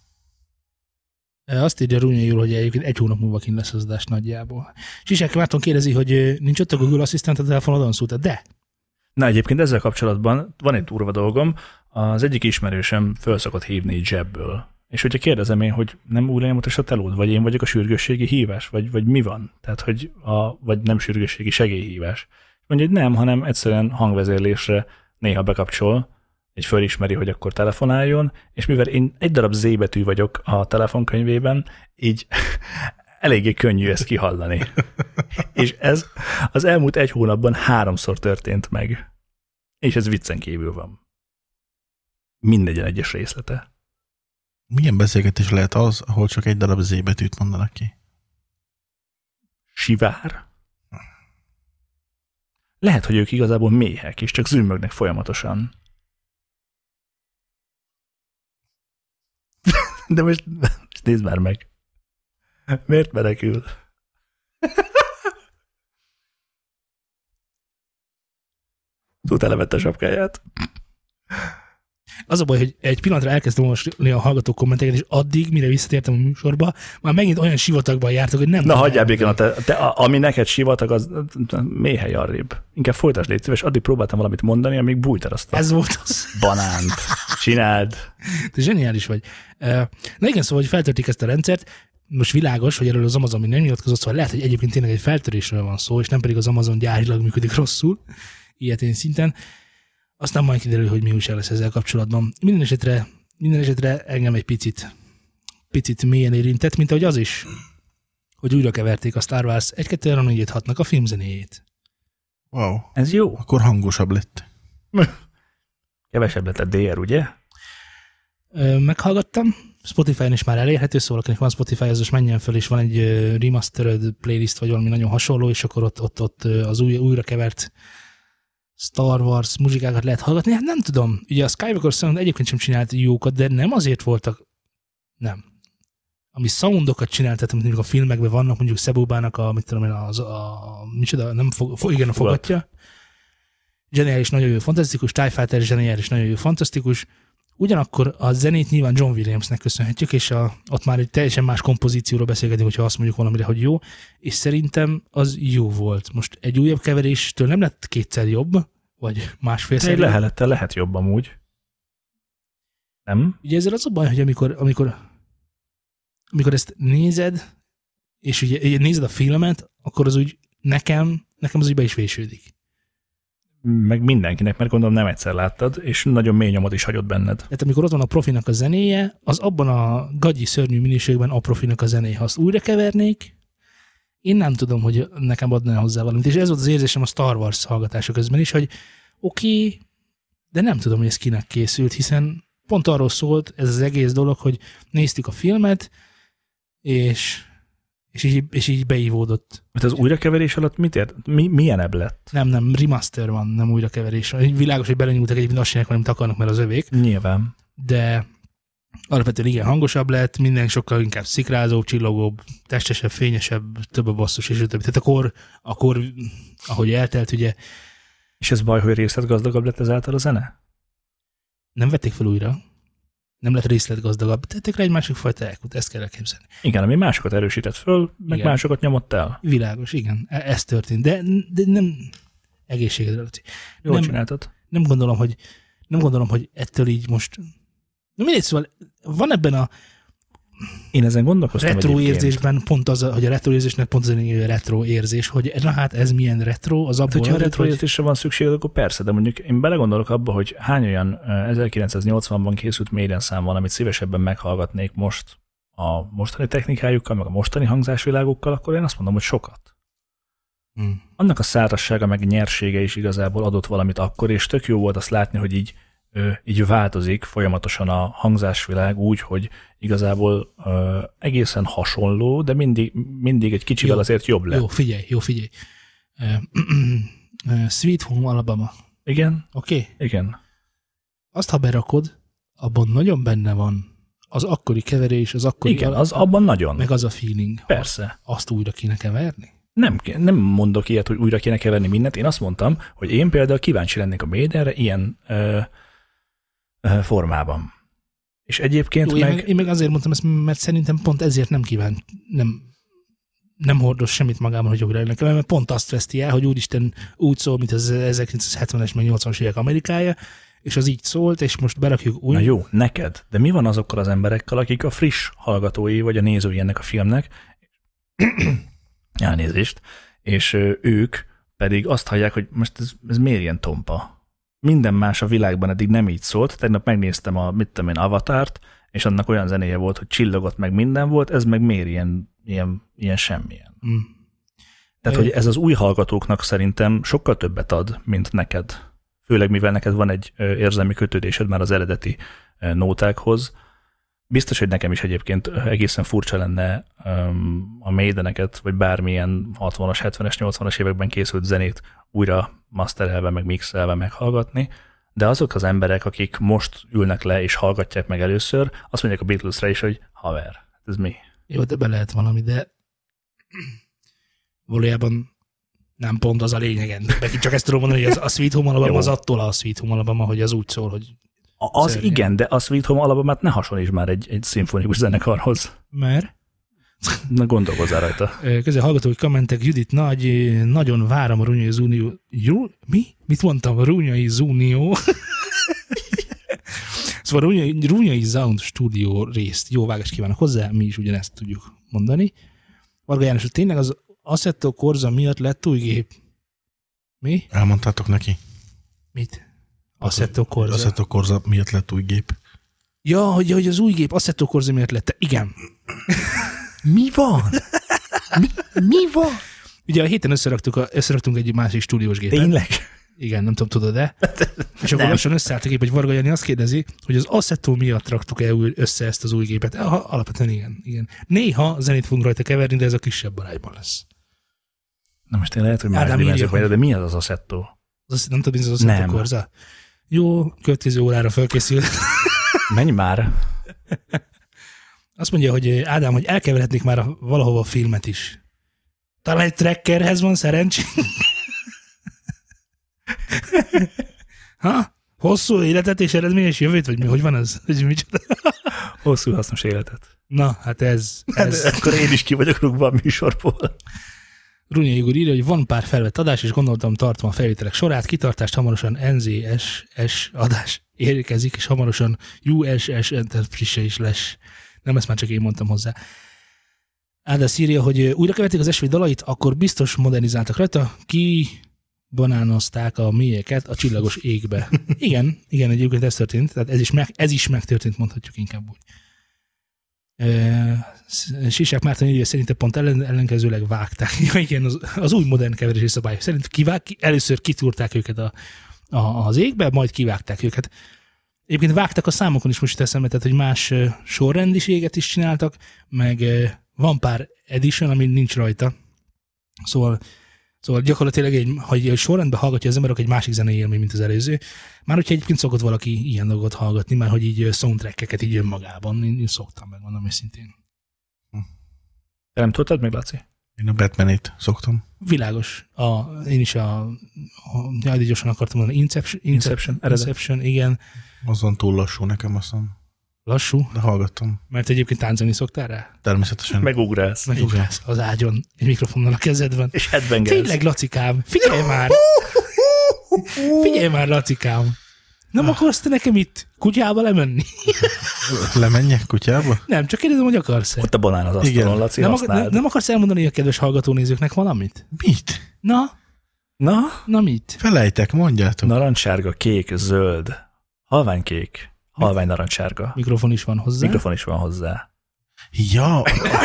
Azt írja Runyai úr, hogy egyébként 1 hónap múlva kint lesz az adás nagyjából. Zsizsák Márton kérdezi, hogy nincs ott a Google Assistant a telefonodon, szóta, de...
Na egyébként ezzel kapcsolatban van egy durva dolgom, az egyik ismerősöm föl szokott hívni egy zsebből. És hogyha kérdezem én, hogy nem újra a telód, vagy én vagyok a sürgősségi hívás, vagy mi van? Tehát, hogy vagy nem sürgősségi segélyhívás. Mondja, hogy nem, hanem egyszerűen hangvezérlésre néha bekapcsol, és fölismeri, hogy akkor telefonáljon, és mivel én egy darab Z betű vagyok a telefonkönyvében, így eléggé könnyű ezt kihallani. És ez az elmúlt 1 hónapban 3-szor történt meg. És ez viccen kívül van. Mindegy egyes részlete.
Milyen beszélgetés lehet az, ahol csak egy darab Z betűt mondanak ki?
Sivár? Lehet, hogy ők igazából méhek, és csak zümmögnek folyamatosan. De most nézd már meg. Miért menekül? Tudtál levette a sapkáját?
Az a baj, hogy egy pillanatra elkezdtem olvasni a hallgató kommenteket, és addig, mire visszatértem a műsorba, már megint olyan sivatagban jártak, hogy nem...
Na, hagyjál békén, ami neked sivatag, az méhely arrébb. Inkább folytasd, légy szíves, addig próbáltam valamit mondani, amíg bújtál azt a
ez volt az.
Banánt. Csináld.
Te zseniális vagy. Na igen, szóval, hogy feltörték ezt a rendszert, most világos, hogy erről az Amazon még nem nyilatkozott, szóval lehet, hogy egyébként tényleg egy feltörésről van szó, és nem pedig az Amazon gyárilag működik rosszul, ilyetén szinten. Aztán majd kiderül, hogy mi újság lesz ezzel kapcsolatban. Minden esetre engem egy picit mélyen érintett, mint ahogy az is, hogy újra keverték a Star Wars 1-2-3-4-5-6-nak a filmzenéjét.
Wow.
Ez jó.
Akkor hangosabb lett.
Kevesebb lett a DR, ugye?
Meghallgattam. Spotify-n is már elérhető, szóval akinek van Spotify, az most menjen föl, és van egy remastered playlist, vagy valami nagyon hasonló, és akkor ott az újra kevert Star Wars muzsikákat lehet hallgatni. Hát nem tudom. Ugye a Skywalker Sound egyébként sem csinált jókat, de nem azért voltak, nem. Ami soundokat csinált, tehát mondjuk a filmekben vannak, mondjuk Sebubának a, mit tudom én, micsoda, nem igen, a fogatja. Zseniális, nagyon jó, fantasztikus. TIE Fighter zseniális, nagyon jó, fantasztikus. Ugyanakkor a zenét nyilván John Williamsnek köszönhetjük, és ott már egy teljesen más kompozícióról beszélgetünk, hogyha azt mondjuk valamire, hogy jó, és szerintem az jó volt. Most egy újabb keveréstől nem lett kétszer jobb, vagy másfélszer jobb.
Lehet jobb amúgy. Nem?
Ugye ezzel az a baj, hogy amikor ezt nézed, és ugye nézed a filmet, akkor az úgy nekem az úgy be is vésődik.
Meg mindenkinek, mert gondolom nem egyszer láttad, és nagyon mély nyomot is hagyott benned.
Tehát amikor ott van a profinak a zenéje, az abban a gagyi szörnyű minőségben a profinak a zenéje. Ha azt újra kevernék, én nem tudom, hogy nekem adná hozzá valamit. És ez volt az érzésem a Star Wars hallgatása közben is, hogy oké, de nem tudom, hogy ez kinek készült, hiszen pont arról szólt ez az egész dolog, hogy néztük a filmet, és így beívódott.
Az újrakeverés alatt mit ért? Milyenebb lett?
Nem, remaster van, nem újrakeverés. Világos, hogy belenyúltak egyébként azt csinálják, amit akarnak, mert az övék.
Nyilván.
De alapvetően igen, hangosabb lett, minden sokkal inkább szikrázóbb, csillogóbb, testesebb, fényesebb, több a basszus, és többi. Tehát akkor, ahogy eltelt, ugye...
És ez baj, hogy részletgazdagabb lett ezáltal a zene?
Nem vették fel újra. Nem lett részletgazdagabb. Tettek rá egy másik fajta elkút, ezt kell elképzelni.
Igen, ami másokat erősített föl, meg igen. Másokat nyomott el.
Világos, igen. Ez történt. De nem egészségedre.
Jól csináltad.
Nem gondolom, hogy ettől így most... Na mindegy, szóval van ebben a
én ezen gondolkoztam
retro érzésben pont az, hogy a retro érzésnek pont az a retro érzés, hogy na hát ez milyen retro, az abból...
Hogyha a retro érzésre van szükség, akkor persze, de mondjuk én belegondolok abba, hogy hány olyan 1980-ban készült Maiden-szám van, amit szívesebben meghallgatnék most a mostani technikájukkal, meg a mostani hangzásvilágokkal, akkor én azt mondom, hogy sokat. Annak a szárazsága, meg nyersége is igazából adott valamit akkor, és tök jó volt azt látni, hogy így változik folyamatosan a hangzásvilág úgy, hogy igazából egészen hasonló, de mindig egy kicsivel azért jobb lett.
Jó, figyelj. Sweet Home Alabama.
Igen.
Oké?
Igen.
Azt, ha berakod, abban nagyon benne van az akkori keverés, az akkori...
Igen, az abban nagyon.
Meg az a feeling.
Persze.
Azt újra kéne keverni?
Nem mondok ilyet, hogy újra kéne keverni mindent. Én azt mondtam, hogy én például kíváncsi lennék a Maidenre ilyen formában. És egyébként
jó, én meg azért mondtam ezt, mert szerintem pont ezért nem kíván, nem hordos semmit magában, hogy jogra jönnek, mert pont azt veszti el, hogy úristen úgy szól, mint az 1970-es meg 80-as évek Amerikája, és az így szólt, és most berakjuk új.
Na jó, neked, de mi van azokkal az emberekkel, akik a friss hallgatói, vagy a nézői ennek a filmnek, elnézést, és ők pedig azt hallják, hogy most ez miért ilyen tompa? Minden más a világban eddig nem így szólt. Tegnap megnéztem a Avatart, és annak olyan zenéje volt, hogy csillogott, meg minden volt, ez meg miért ilyen semmilyen. Tehát, hogy ez az új hallgatóknak szerintem sokkal többet ad, mint neked. Főleg, mivel neked van egy érzelmi kötődésed már az eredeti nótákhoz. Biztos, hogy nekem is egyébként egészen furcsa lenne a Maideneket, vagy bármilyen 60-as, 70-es, 80-as években készült zenét újra masterelve, meg mixelve meghallgatni, de azok az emberek, akik most ülnek le és hallgatják meg először, azt mondják a Beatlesre is, hogy haver, ez mi?
Jó, de be lehet valami, de valójában nem pont az a lényegen. Neki csak ezt tudom mondani, hogy a Sweet Home Alabama az attól a Sweet Home Alabama, hogy az úgy szól, hogy
az szörnyen. Igen, de a Sweet Home Alabamát ne hasonlíts már egy szimfonikus zenekarhoz.
Mert?
Na gondolkozzál rajta.
Közben hallgatói kommentek, Judit nagyon várom a Runyai Zunió. Mi? Mit mondtam? Runyai Zunió. Szóval Runyai Sound Studio részt. Jó vágást kívánok hozzá, mi is ugyanezt tudjuk mondani. Varga János, hogy tényleg az Assetto Corsa miatt lett új gép? Mi?
Elmondtátok neki?
Mit? Assetto
Corsa miatt lett új gép.
Ja, hogy az új gép Assetto Corsa miatt lett. Igen.
Mi van? Mi van?
Ugye a héten összeraktunk egy másik stúdiós gépet.
Tényleg?
Igen, nem tudom, tudod-e? És akkor lassan összeállt a gép, hogy Varga Jani azt kérdezi, hogy az Assetto miatt raktuk-e össze ezt az új gépet. Alapvetően igen. Néha zenét fogunk rajta keverni, de ez a kisebb arányban lesz.
Na most én lehet, hogy már dimenziók vagy, de mi az Assetto?
Nem tudom, mi az Assetto Corsa? Jó, következő órára felkészül.
Menj már!
Azt mondja, hogy Ádám, hogy elkeverhetnék már valahova a filmet is. Talán egy trekkerhez van szerencsé. Ha? Hosszú életet és eredményes jövőt, vagy mi? Hogy van ez?
Hosszú hasznos életet.
Na, hát ez.
Akkor én is ki vagyok rúgva a műsorból.
Runya Igor írja, hogy van pár felvett adás, és gondoltam, tartom a felvételek sorát, kitartást, hamarosan NZSS adás érkezik, és hamarosan USS Enterprise is lesz. Nem, ezt már csak én mondtam hozzá. Ádász írja, hogy újra követik az SV dalait, akkor biztos modernizáltak rajta, ki banánozták a mélyeket a csillagos égbe. Igen, egyébként ez történt, tehát ez is megtörtént, mondhatjuk inkább úgy. Sisák Márton írja, szerintem pont ellenkezőleg vágták. Ja, igen, az új modern keverési szabályok szerint először kitúrták őket az égbe, majd kivágták őket. Egyébként vágtak a számokon is, most eszembe, tehát, hogy más sorrendiséget is csináltak, meg van pár edition, ami nincs rajta. Szóval gyakorlatilag, hogy sorrendben hallgatja az ember, egy másik zenei élmény, mint az előző. Már hogyha egyébként szokott valaki ilyen dolgot hallgatni, már hogy így soundtrackeket így önmagában, én szoktam, megmondom őszintén.
Te nem tudtad még, Laci?
Én a Batman-ét szoktam.
Világos. Én is gyorsan akartam mondani, Inception, igen.
Azon túl lassú nekem, aztán.
Lassú?
De hallgattam.
Mert egyébként táncolni szoktál rá?
Természetesen.
Megugrálsz
az ágyon, egy mikrofonnal a kezedben.
És headbangelsz.
Tényleg, Lacikám, figyelj már! Figyelj már, Lacikám! Nem akarsz te nekem itt kutyába lemenni?
Lemenjek kutyába?
Nem, csak kérdezem, hogy akarsz-e.
Ott a banán az asztalon, Laci,
nem akarsz elmondani a kedves hallgatónézőknek valamit?
Mit?
Na mit?
Felejtek, mondjátok.
Narancssárga, kék, zöld, halványkék, halvány narancssárga.
Mikrofon is van hozzá.
Ja.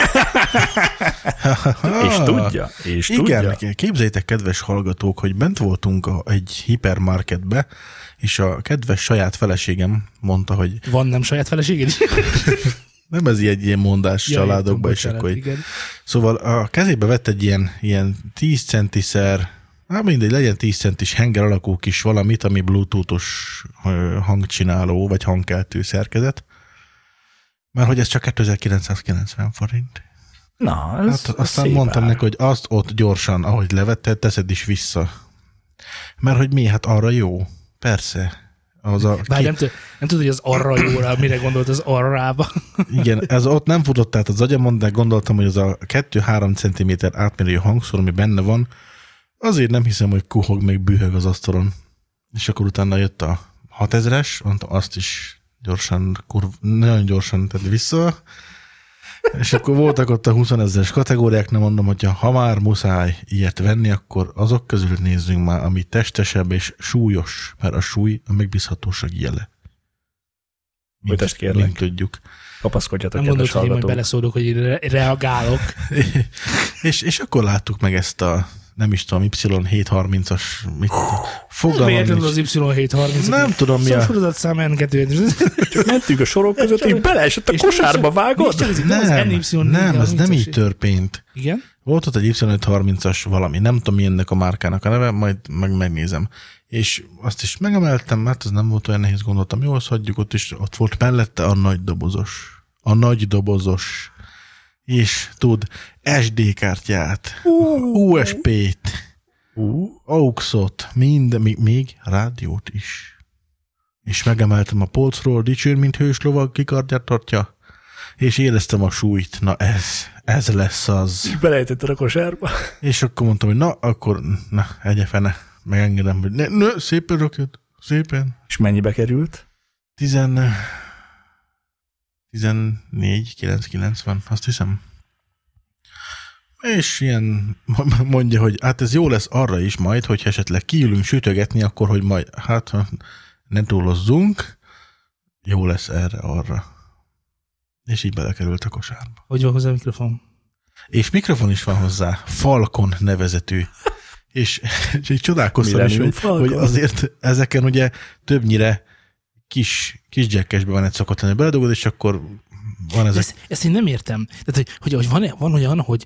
És tudja.
Igen, képzeljétek, kedves hallgatók, hogy bent voltunk egy hipermarketbe, és a kedves saját feleségem mondta, hogy...
Van nem saját feleséged is?
Nem, ez egy ilyen mondás családokban, és akkor... Szóval a kezébe vett egy ilyen 10 centiszer, mindegy, legyen 10 centis henger alakú kis valamit, ami bluetoothos hangcsináló, vagy hangkeltő szerkezet. Már hogy ez csak 2990 forint.
Na, ez
aztán mondtam neki, hogy azt ott gyorsan, ahogy levetted, teszed is vissza. Mert hogy mi? Hát arra jó. Persze.
Nem tudod, hogy az arra jóra, mire gondolt az arrába.
Igen, ez ott nem futott át az agyamon, de gondoltam, hogy az a 2-3 cm átmérő hangszor, ami benne van, azért nem hiszem, hogy kuhog meg bűhög az asztalon. És akkor utána jött a 6000-es, mondtam, azt is nagyon gyorsan tett vissza, és akkor voltak ott a 20 000-es kategóriák, nem mondom, hogyha ha már muszáj ilyet venni, akkor azok közül nézzünk már, ami testesebb és súlyos, mert a súly a megbízhatóság jele.
Folytasd kérlek.
Mint tudjuk.
Kapaszkodjatok,
nem
kedves
mondod, hogy majd beleszólok, hogy reagálok.
és akkor láttuk meg ezt a nem is tudom, Y730-as fogalmam.
Miért az Y730?
Nem tudom mi a...
Sorozat szám N2.
Csak mentünk a sorok között, így beleesett a kosárba, vágod?
Nem, ez nem így történt.
Igen?
Volt ott egy Y530-as valami, nem tudom mi ennek a márkának a neve, majd megnézem. És azt is megemeltem, mert ez nem volt olyan nehéz, gondoltam, jól hagyjuk, ott volt mellette a nagy dobozos. A nagy dobozos. És tud SD kártyát, USB-t, AUX-ot, még rádiót is. És megemeltem a polcról, dicsőr, mint hős lovag, kikardját tartja, és éreztem a súlyt. Na ez lesz az.
Belejtetted a kosárba.
És akkor mondtam, hogy akkor egye fene, megengedem, hogy szépen rakjad, szépen.
És mennyibe került?
14,990, azt hiszem. És ilyen mondja, hogy hát ez jó lesz arra is majd, hogy esetleg kiülünk sütögetni, akkor, hogy majd hát ne túlozzunk, jó lesz erre-arra. És így belekerült a kosárba.
Hogy van hozzá a mikrofon?
És mikrofon is van hozzá, Falcon nevezetű. És csodálkoztam is, hogy azért ezeken ugye többnyire kis jackesbe van egy szokott lenni beledugod, és akkor van ezek. Ezt
én nem értem. Tehát, hogy van olyan, hogy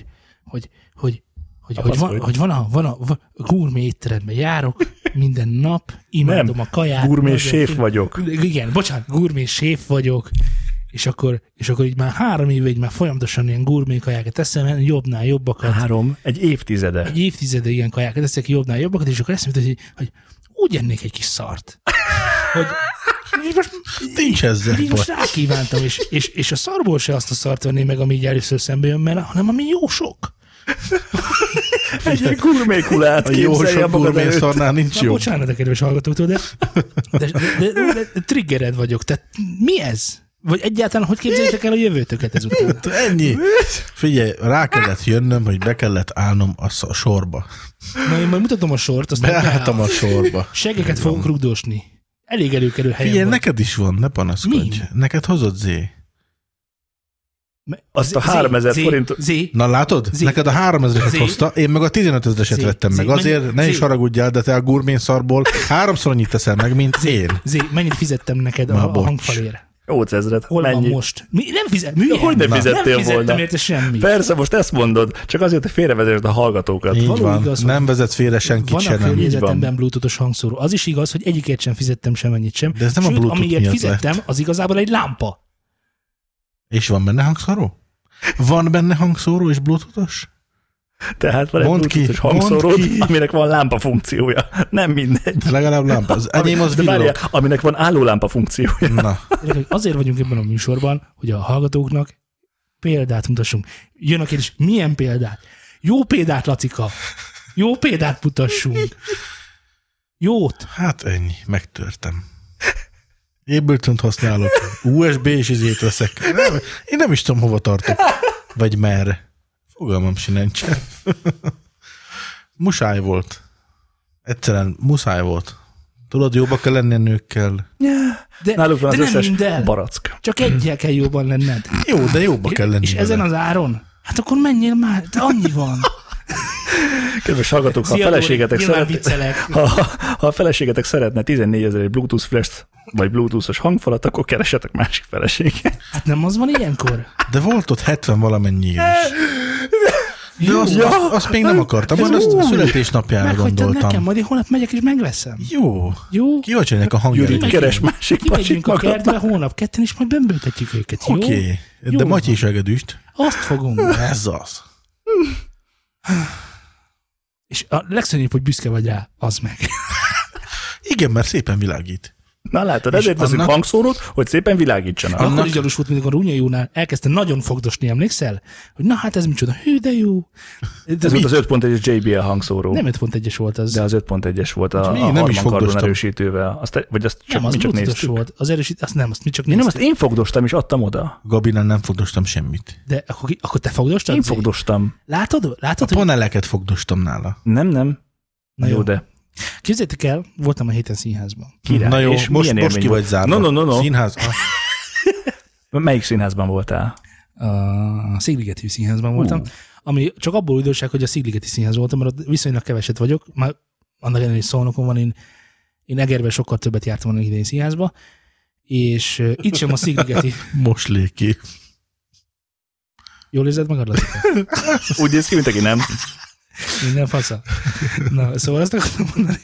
van a gourmet étteremben járok minden nap, imádom a kaját.
Gourmet séf vagyok.
Igen, bocsánat, gourmet séf vagyok, és akkor így már 3 éve így már folyamatosan ilyen gourmet kajákat eszem, jobbnál jobbakat.
Egy évtizede.
Egy évtizede ilyen kajákat eszek, jobbnál jobbakat, és akkor eszem, hogy úgy ennék egy kis szart. most
nincs ezzel.
Így most rákívántam, és a szarból se azt a szart venné meg, ami így először szembe jön, mert, hanem ami jó sok.
Egy gurmékulát képzelje
a
magad előtt.
szarnál nincs jó.
Bocsánat a kedves hallgatóktól, de triggered vagyok. Tehát mi ez? Vagy egyáltalán hogy képzeljétek el a jövőtöket ezután?
Ennyi. Figyelj, rá kellett jönnöm, hogy be kellett állnom a sorba.
Na, én majd mutatom a sort, aztán
beálltam a sorba.
Segeket fogok rugdosni. Elég előkerül helyen
Figyelj,
van.
neked is van, ne panaszkodj. Neked hozott Zé.
Azt a 3000 forint...
Na látod? Neked a 3000-et hozta, én meg a 15 000-eset vettem meg. Azért ne is haragudjál, de te a gurmén szarból 3-szor annyit teszel meg, mint én.
Mennyit fizettem neked a hangfalért?
8000.
Hol van most? Nem fizettem.
Hogy nem fizettél volna?
Nem érte semmi.
Persze, most ezt mondod, csak azért, hogy félrevezesd a hallgatókat.
Így van. Igaz, nem vezetsz félre senkit sem.
Van a környezetemben bluetoothos hangszóró. Az is igaz, hogy egyikért sem fizettem semennyit sem.
De ez nem
sőt,
a Bluetooth
amiért
miatt
fizettem,
lett.
az igazából egy lámpa.
És van benne hangszóró? Van benne hangszóró és bluetoothos?
Tehát van egy bluetoothos hangszóród, aminek van lámpa funkciója. Nem mindegy.
Legalább lámpa. Az enyém az villog.
Aminek van állólámpa funkciója.
Na.
Azért vagyunk ebben a műsorban, hogy a hallgatóknak példát mutassunk. Jön a kérdés, milyen példát? Jó példát, Lacika. Jó példát mutassunk. Jót.
Hát ennyi, megtörtem. Ableton-t használok. USB és izét veszek. Én nem is tudom, hova tartok. Vagy merre. Fogalmam sincsen. Muszáj volt. Egyszerűen muszáj volt. Tudod, jóba kell lenni a nőkkel.
Náluk van az összes barack.
Csak egyel kell jobban lenned.
Jó, de jóba kell lenni.
És vele. Ezen az áron? Hát akkor menjél már, de annyi van.
Kedves hallgatók, ha a feleségetek szeretne 14 000 Bluetooth flash vagy Bluetooth-os hangfalat, akkor keresetek másik feleséget.
Hát nem az van ilyenkor?
De volt ott 70 valamennyi is. De azt még nem akartam, majd azt a születésnapjára gondoltam.
Nekem, majd én holnap megyek és megveszem.
Jó. Kivacsonynak a hangját.
Gyuri, keres másik
kimegyünk a kertbe holnap ketten, és majd bembőtetjük őket.
Oké, de Matyi is egedűst.
Azt fogom.
Ez az.
És a legszörnyűbb, hogy büszke vagy rá, az meg.
Igen, mert szépen világít.
Na látod, ezért veszünk hangszórót, hogy szépen világítsanak.
Akkor is gyanús volt, mint a Rúnya Jónál elkezdte nagyon fogdosni, emlékszel? Hogy na hát ez micsoda, hű de jó.
Ez volt az 5.1-es JBL hangszóró.
Nem 5.1-es volt az.
De az 5.1-es volt a Harman Kardon erősítővel.
Vagy azt csak, nem, az csak néztük. Volt. Az erősítő, azt nem, azt mi csak
néztük. Nem, azt én fogdostam és adtam oda.
Gabinál nem fogdostam semmit.
De akkor te fogdostad?
Én fogdostam.
Látod?
A paneleket fogdostam nála.
Nem. Na jó, de...
Képzeljétek el, voltam a héten színházban.
Király. Na jó, és most ki vagy zárva.
No.
Színház?
Melyik színházban voltál?
A Szigligeti színházban voltam, ami csak abból újdonság, hogy a Szigligeti színház voltam, mert ott viszonylag keveset vagyok, már annak ellenére, hogy Szolnokon van, én Egerben sokkal többet jártam annak idején színházba, és itt sem a Szigligeti...
Mosléki.
Jól érzed magad, Lacika?
Úgy néz ki, mint aki nem.
Minden fasza. Na, szóval azt akartam mondani,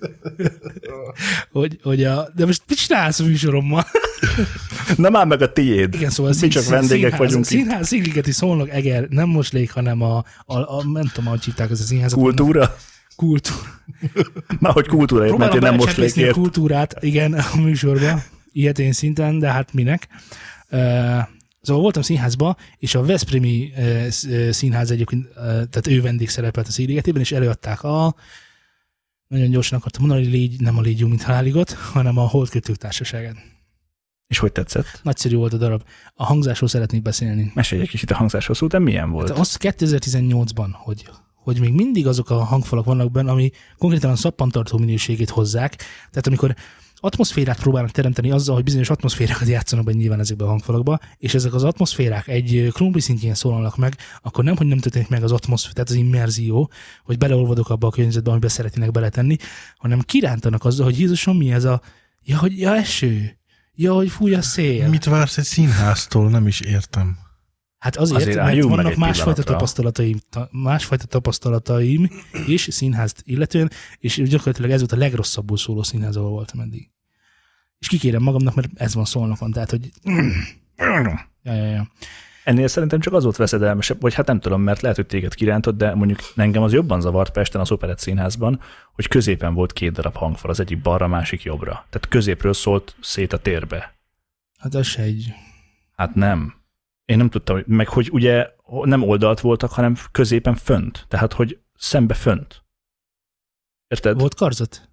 hogy de most mit csinálsz a műsorommal?
Na már meg a tiéd.
Igen, szóval
mi csak vendégek vagyunk
színház, itt. Szigligeti, Szolnok, Eger, nem Moslék, hanem nem tudom, ahogy hívták az a színházat.
Kultúra?
Kultúra.
Már hogy kultúraért, mert én nem Moslékért.
A kultúrát, igen, a műsorban, ilyetén szinten, de hát minek. Szóval voltam színházba, és a Veszprémi színház egyébként, tehát ő vendégszerepelt a Szigligetiben, és előadták nagyon gyorsan akartam mondani, nem a Légy jó, mint haláligot, hanem a Holdkötők társaságát.
És hogy tetszett?
Nagyszerű volt a darab. A hangzásról szeretnék beszélni.
Mesélj egy kicsit a hangzásról, szóval milyen volt?
Hát az 2018-ban, hogy még mindig azok a hangfalak vannak benne, ami konkrétan a szappantartó minőségét hozzák. Tehát amikor atmoszférát próbálnak teremteni azzal, hogy bizonyos atmoszférákat játszanak be nyilván ezekbe a hangfalakba, és ezek az atmoszférák egy krumpli szintjén szólalnak meg, akkor nem, hogy nem történik meg az atmoszféra, tehát az immerzió, hogy beleolvadok abba a környezetbe, amiben szeretnének beletenni, hanem kirántanak azzal, hogy Jézusom, mi ez a eső, hogy fúj a szél.
Mit vársz egy színháztól, nem is értem.
Hát azért mert vannak másfajta tapasztalataim és színházt illetően, és gyakorlatilag ez volt a legrosszabbul szóló színház, ahol voltam eddig. És kikérem magamnak, mert ez van Szolnokon, tehát, hogy... Ja.
Ennél szerintem csak az volt veszedelmesebb, vagy hát nem tudom, mert lehet, hogy téged kirántott, de mondjuk engem az jobban zavart Pesten az Operett Színházban, hogy középen volt 2 darab hangfal, az egyik balra, a másik jobbra. Tehát középről szólt szét a térbe.
Hát az se egy...
Hát nem. Én nem tudtam, meg hogy ugye nem oldalt voltak, hanem középen fönt. Tehát, hogy szembe fönt. Érted?
Volt karzat?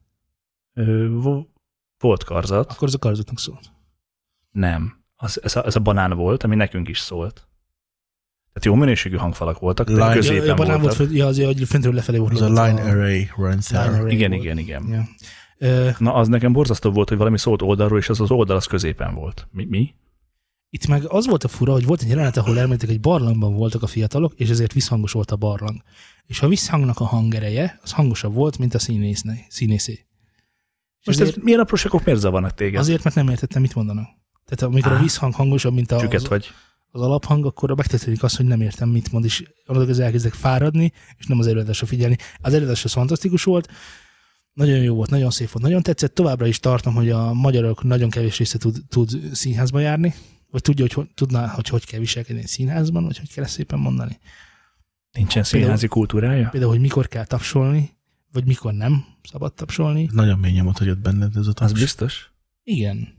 Volt karzat.
Akkor az a karzatnak szólt.
Nem. Ez a banán volt, ami nekünk is szólt. Tehát jó minőségű hangfalak voltak, de középen
a banán
voltak.
Volt, az fentről lefelé volt.
Az a line array rendszer.
Igen.
Ja.
Na, az nekem borzasztó volt, hogy valami szólt oldalról, és az oldal az középen volt. Mi?
Itt meg az volt a fura, hogy volt egy jelenet, ahol elmentek, egy barlangban voltak a fiatalok, és ezért visszhangos volt a barlang. És a visszhangnak a hangereje, az hangosabb volt, mint a színészé.
Most ez milyen apróságok miért zavarnak téged?
Azért, mert nem értettem, mit mondanak. Tehát amikor a visszhang hangosabb, mint az alaphang, akkor megtörténik az, hogy nem értem, mit mond, és annak az elkezdek fáradni, és nem az előadásra figyelni. Az előadás az fantasztikus volt, nagyon jó volt, nagyon szép volt, nagyon tetszett. Továbbra is tartom, hogy a magyarok nagyon kevés része tud színházba járni, vagy tudja, hogy kell viselkedni egy színházban, vagy hogy kell ezt szépen mondani.
Nincsen színházi kultúrája?
Például, hogy mikor kell tapsolni, vagy mikor nem szabad tapsolni.
Nagyon mély nyomot hagyott benned ez a taps.
Az biztos?
Igen.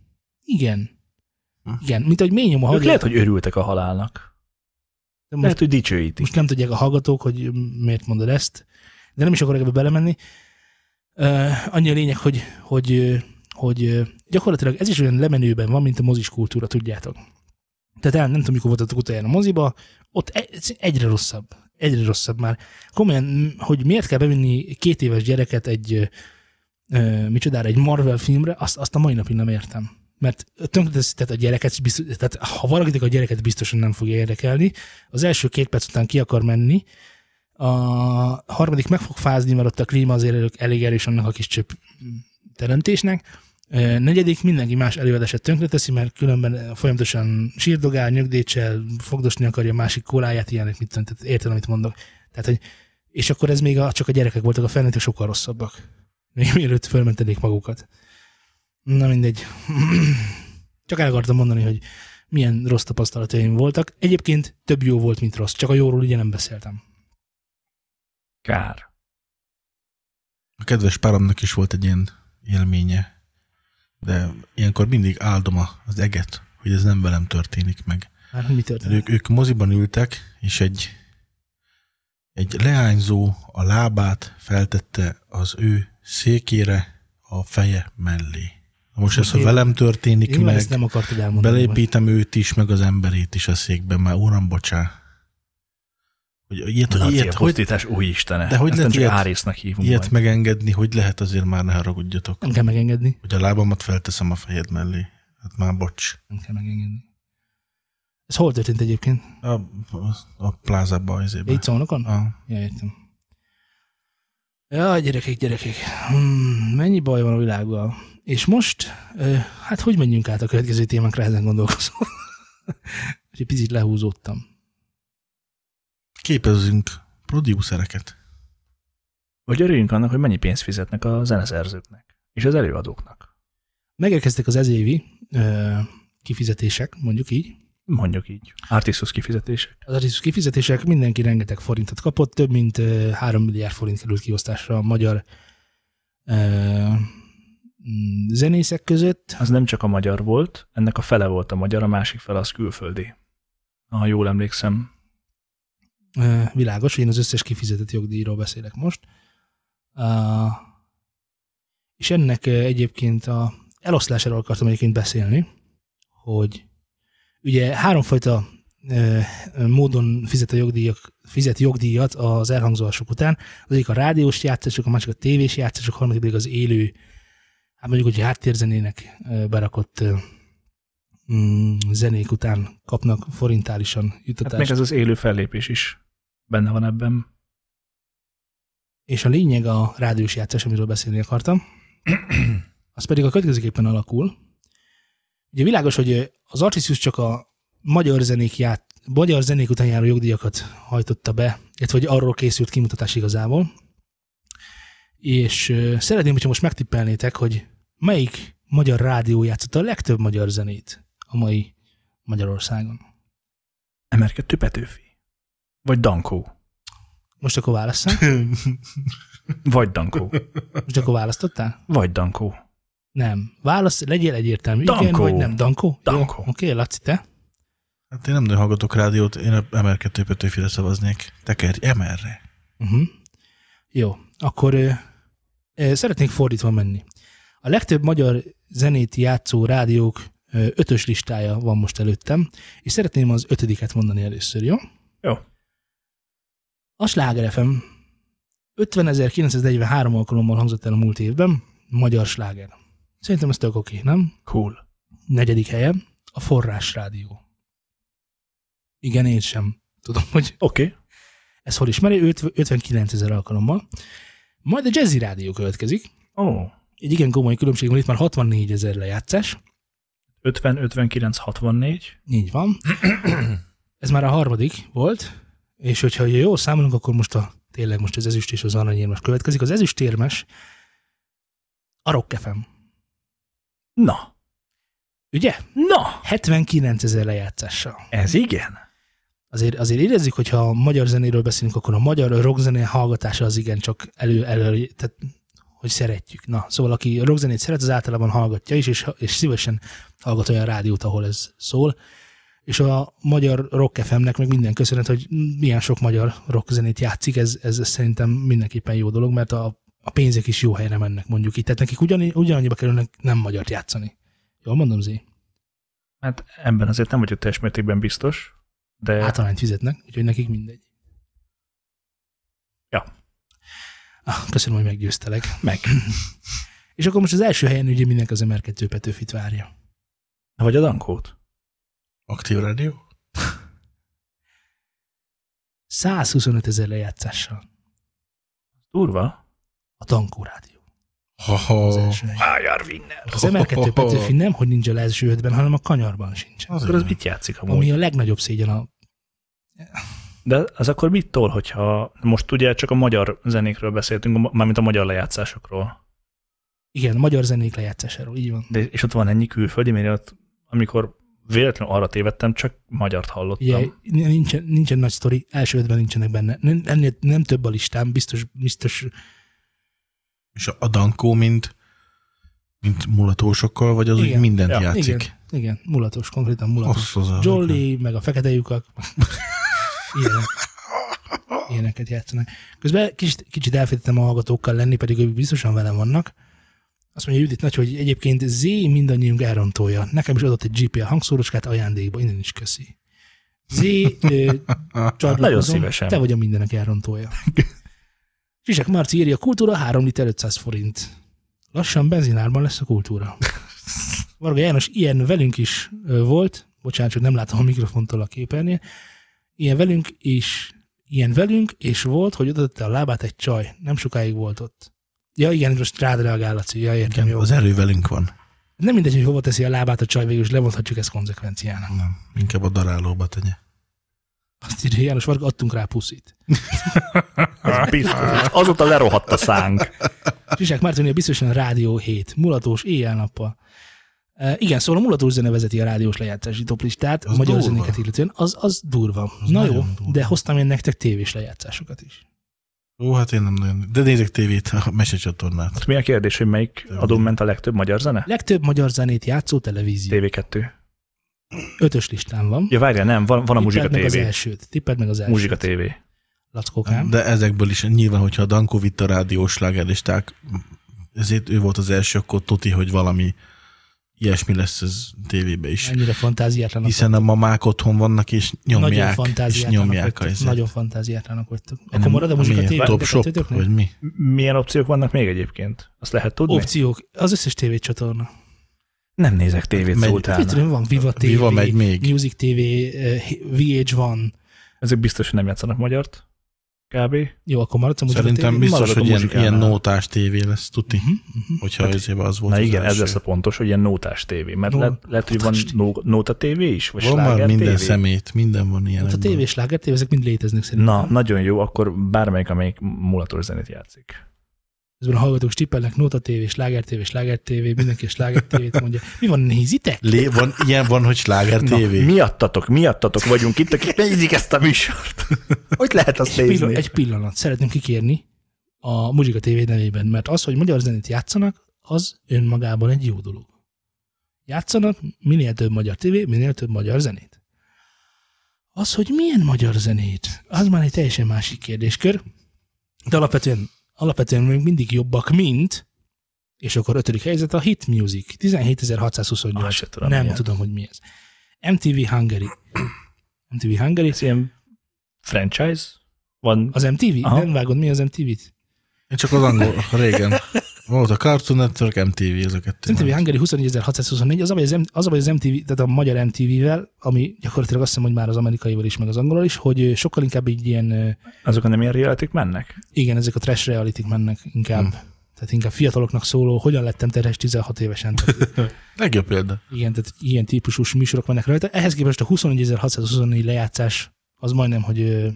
Mint ahogy mély nyoma.
Lehet, hogy örültek a halálnak. De lehet, hogy dicsőítik.
Most nem tudják a hallgatók, hogy miért mondod ezt, de nem is akarok ebbe belemenni. Annyi a lényeg, hogy gyakorlatilag ez is olyan lemenőben van, mint a mozis kultúra, tudjátok. Tehát nem tudom, mikor voltatok utoljára a moziba, ott egyre rosszabb már. Komolyan, hogy miért kell bevinni 2 éves gyereket egy Marvel filmre, azt a mai napig nem értem. Mert tönkreteszített a gyereket, tehát ha valakinek a gyereket biztosan nem fogja érdekelni, az első 2 perc után ki akar menni, a harmadik meg fog fázni, mert ott a klíma azért elég erős annak a kis csöpp teremtésnek. Negyedik, mindenki más előadását tönkreteszi, mert különben folyamatosan sírdogál, nyögdécsel, fogdosni akarja a másik kóláját, ilyenek, tehát érted, amit mondok. Tehát, hogy, és akkor ez még csak a gyerekek voltak, a felnőttek sokkal rosszabbak. Még mielőtt fölmentenék magukat. Na mindegy. Csak el akartam mondani, hogy milyen rossz tapasztalataim voltak. Egyébként több jó volt, mint rossz. Csak a jóról ugye nem beszéltem.
Kár.
A kedves páromnak is volt egy ilyen élménye, de ilyenkor mindig áldom az eget, hogy ez nem velem történik meg.
Már mi történik?
Ők moziban ültek, és egy leányzó a lábát feltette az ő székére a feje mellé. Most ez, ha velem történik meg,
ezt nem akartad elmondani.
belépítem őt is, meg az emberét is a székbe, már uram, bocsá. Hogy
pusztítás, új Istene.
De hogy
ezt
lehet
nem csak Árésznak hívunk
ilyet
majd.
megengedni, hogy lehet, azért már ne haragudjatok.
Nem kell megengedni.
Hogy a lábamat felteszem a fejed mellé. Hát már bocs.
Nem kell megengedni. Ez hol történt egyébként?
A plázában azében.
Itt Szolnokon? Ja, értem. Ja, gyerekek. Mennyi baj van a világgal. És most, hát hogy menjünk át a következő témánkra, ezen gondolkozom. Egy picit lehúzódtam.
Képezzünk producereket.
Vagy örüljünk annak, hogy mennyi pénzt fizetnek a zeneszerzőknek és az előadóknak.
Megérkeztek az ezévi kifizetések, mondjuk így.
Artistus kifizetések.
Az Artistus kifizetések, mindenki rengeteg forintot kapott, több mint 3 milliárd forint került kiosztásra a magyar zenészek között.
Az nem csak a magyar volt, ennek a fele volt a magyar, a másik fele az külföldi. Ha jól emlékszem.
Világos, én az összes kifizetett jogdíjról beszélek most. És ennek egyébként a eloszlásáról akartam egyébként beszélni, hogy ugye 3 fajta módon fizet jogdíjat az elhangzósok után. Az egyik a rádiós játszások, a másik a tévés játszások, a harmadik pedig az élő, hát mondjuk, hogy háttérzenének berakott zenék után kapnak forintálisan juttatást.
Hát meg ez az élő fellépés is benne van ebben.
És a lényeg a rádiós játszás, amiről beszélni akartam, az pedig a következőképpen alakul. Ugye világos, hogy az Artistus csak a magyar zenék után járó jogdíjakat hajtotta be, illetve hogy arról készült kimutatás igazából. És szeretném, hogyha most megtippelnétek, hogy melyik magyar rádió játszotta a legtöbb magyar zenét a mai Magyarországon.
MR2 Petőfi. Vagy Dankó.
Most akkor válasszál?
Vagy Dankó.
Most akkor választottál?
Vagy Dankó.
Nem. Válasz, legyél egyértelmű.
Dankó.
Igen, vagy nem. Dankó?
Dankó.
Oké, Laci, te?
Hát én nem nagyon hallgatok rádiót, én a MR2 Petőfire szavaznék. Tekerj MR-re.
Jó, akkor szeretnék fordítva menni. A legtöbb magyar zenét játszó rádiók 5-ös listája van most előttem, és szeretném az 5-et mondani először, jó?
Jó.
A Sláger FM 50.943 alkalommal hangzott el a múlt évben, magyar sláger. Szerintem ez tök oké, nem?
Cool.
4. helyen a Forrás Rádió. Igen, én sem tudom, hogy
Oké.
ez hol ismeri, 59.000 alkalommal. Majd a Jazzy Rádió következik. Egy igen komoly különbség van, itt már 64.000 lejátszás.
50, 59, 64.
Így van. Ez már a 3. volt, és hogyha jól számolunk, akkor most tényleg most az ezüst és az aranyérmes következik. Az ezüstérmes a Rock FM.
Na.
Ugye?
Na.
79.000 lejátszással.
Ez igen.
Azért érezzük, hogyha a magyar zenéről beszélünk, akkor a magyar rockzené hallgatása az igen csak elő, tehát hogy szeretjük. Na, szóval aki rockzenét szeret, az általában hallgatja is, és szívesen hallgat olyan rádiót, ahol ez szól. És a magyar Rock FM-nek meg minden köszönet, hogy milyen sok magyar rockzenét játszik, ez szerintem mindenképpen jó dolog, mert a pénzek is jó helyre mennek, mondjuk itt. Tehát nekik ugyanannyiba kerülnek nem magyart játszani. Jól mondom, Zé?
Hát ebben azért nem vagyok teljes mértékben biztos, de...
Általányt fizetnek, úgyhogy nekik mindegy.
Ja.
Köszönöm, hogy meggyőztelek.
Meg.
És akkor most az első helyen ugye mindenki az MR2 Petőfit várja.
Vagy a Dankót?
Aktív rádió?
125.000 lejátszással.
Durva.
A Dankó Rádió. Az első helyen.
Májár Winner.
Az MR2 Petőfi nem, hogy nincs az első 5-ben, hanem a kanyarban sincs.
Akkor az mit játszik amúgy?
Ami a legnagyobb szégyen
De az akkor mit tol, hogyha most ugye csak a magyar zenékről beszéltünk, mármint a magyar lejátszásokról.
Igen, a magyar zenék lejátszásáról, így van.
De, és ott van ennyi külföldi, mert ott, amikor véletlenül arra tévedtem, csak magyart hallottam.
Ugye, nincsen nagy sztori, első 5-ben nincsenek benne. Nem több a listám, biztos.
És a Dankó, mint mulatósokkal, vagy az
igen,
úgy mindent játszik?
Igen, mulatos, konkrétan mulatos.
Jolly,
meg a fekete lyukak. Ilyeneket játszanak. Közben kicsit elfejtettem a hallgatókkal lenni, pedig ők biztosan velem vannak. Azt mondja Judit Nagy, hogy egyébként Z mindannyiunk elrontolja. Nekem is adott egy GPL hangszóroskát ajándékba, innen is köszi. Z,
nagyon szívesen.
Te vagy a mindenek elrontolja. Zsizsek Marci írja, kultúra 3 liter 500 forint. Lassan benzinárban lesz a kultúra. Varga János, ilyen velünk is volt, bocsánat, hogy nem látom a mikrofontól a képernyőn, ilyen velünk és volt, hogy odaadta a lábát egy csaj. Nem sokáig volt ott. Ja igen, most rád reagál, Laci. Ja, értem, jó.
Az erő velünk van.
Nem mindegy, hogy hova teszi a lábát a csaj, végül is levonhatjuk ezt konzekvenciának.
Nem, inkább a darálóba tegye.
Azt írja János Varga, adtunk rá puszit.
Ez biztos. Azóta lerohadt a szánk.
Zsizsák Mártonia biztosan a Rádió 7. Mulatós éjjel-nappal. Igen, szóval a mulatós zene vezeti a rádiós lejátszási toplistát, a magyar zenéket illetően, az durva. Az na jó, durva. De hoztam én nektek tévés lejátszásokat is.
Ó, hát én nem nagyon. De nézek tévét, a mesecsatornát.
Mi a kérdés, hogy melyik adón ment a legtöbb magyar zene?
Legtöbb magyar zenét játszó televízió.
TV2.
5-ös listán van.
Ja, várjál, nem, van a Muzsika TV.
Tippeld meg az elsőt.
Muzsika TV.
Lackókám.
De ezekből is nyilván, hogyha a Dankó vitt a rádiós slágerlisták, ezért ő volt az első, akkor tuti, hogy valami ilyesmi lesz ez tévébe is.
Ennyire fantáziátlanak.
Hiszen a mamák otthon vannak, és nyomják.
Nagyon fantáziátlanak vagytok. Akkor marad a Muzsika TV.
Top Shop, vagy mi?
Milyen opciók vannak még egyébként? Azt lehet tudni?
Opciók. Az összes tévécsatorna.
Nem nézek tévét szóltálna.
Van Viva TV,
Viva megy még.
Music TV, VH1.
Ezek biztos, hogy nem játszanak magyart. Kb.
Jó, akkor maradsz a Muzsika TV.
Szerintem biztos, hogy ilyen nótás tévé lesz, tuti. Hogyha hát, az volt.
Na igen, ez lesz a pontos, hogy ilyen nótás tévé. Mert lehet, hogy van nóta tévé is? Vagy
van már minden szemét, minden van ilyen.
A tévé, sláger tévé, ezek mind léteznek szerintem.
Na, nagyon jó, akkor bármelyik, amelyik mulatos zenét játszik.
Közben a hallgatók stippelnek, Nóta TV, Sláger TV, Sláger TV, mindenki a Sláger TV-t mondja. Mi van, nézitek?
Ilyen van, hogy Sláger TV.
Miattatok vagyunk itt, akik nézik ezt a műsort. Hogy lehet azt nézni?
Egy pillanat, szeretném kikérni a Muzsika TV nevében, mert az, hogy magyar zenét játszanak, az önmagában egy jó dolog. Játszanak minél több magyar tévé, minél több magyar zenét. Az, hogy milyen magyar zenét, az már egy teljesen másik kérdéskör, de alapvetően még mindig jobbak, mint, és akkor 5. helyzet a Hit Music, 17.628. Nem tudom, hogy mi ez. MTV Hungary. MTV Hungary.
Ez ilyen franchise? Van?
Az MTV?
Aha.
Nem vágod, mi az MTV-t?
Én csak az angol, régen. Volt a Cartoon Network, MTV, ez a kettő.
Az MTV Hungary 24.624, az a baj az MTV, tehát a magyar MTV-vel, ami gyakorlatilag azt hiszem, hogy már az amerikaival is, meg az angolal is, hogy sokkal inkább így ilyen...
Azokon nem ilyen realitik mennek?
Igen, ezek a trash realitik mennek inkább. Tehát inkább fiataloknak szóló, hogyan lettem terhes 16 évesen.
Legjobb példa.
Igen, tehát ilyen típusú műsorok mennek rajta. Ehhez képest a 24.624 lejátszás az majdnem, hogy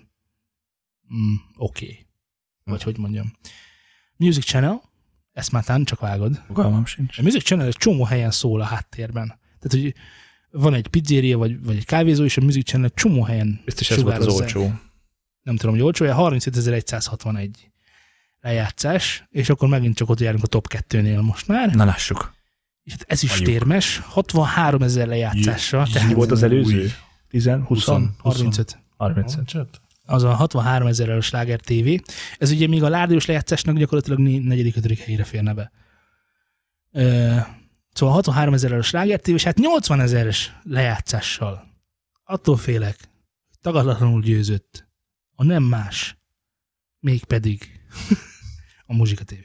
oké. Vagy hogy mondjam. Music Channel, ezt már tán csak vágod.
Fogalmam sincs.
A Music Channel egy csomó helyen szól a háttérben. Tehát, hogy van egy pizzeria, vagy egy kávézó, és a Music Channel egy csomó helyen
biztos ez volt az olcsó.
Nem tudom, hogy olcsó, 35.161 lejátszás, és akkor megint csak ott járunk a top 2-nél most már.
Na lássuk.
És hát ez is térmes, 63 000 lejátszással.
Mi volt az előző? 10, 20?
35.
35.
Az a 63 000-es Sláger TV. Ez ugye még a rádiós lejátszásnak gyakorlatilag 4.-5. helyére férne be. Szóval 63 000-es Sláger TV, és hát 80 000-es lejátszással. Attól félek, hogy tagadlatlanul győzött a nem más, mégpedig a Muzsika TV.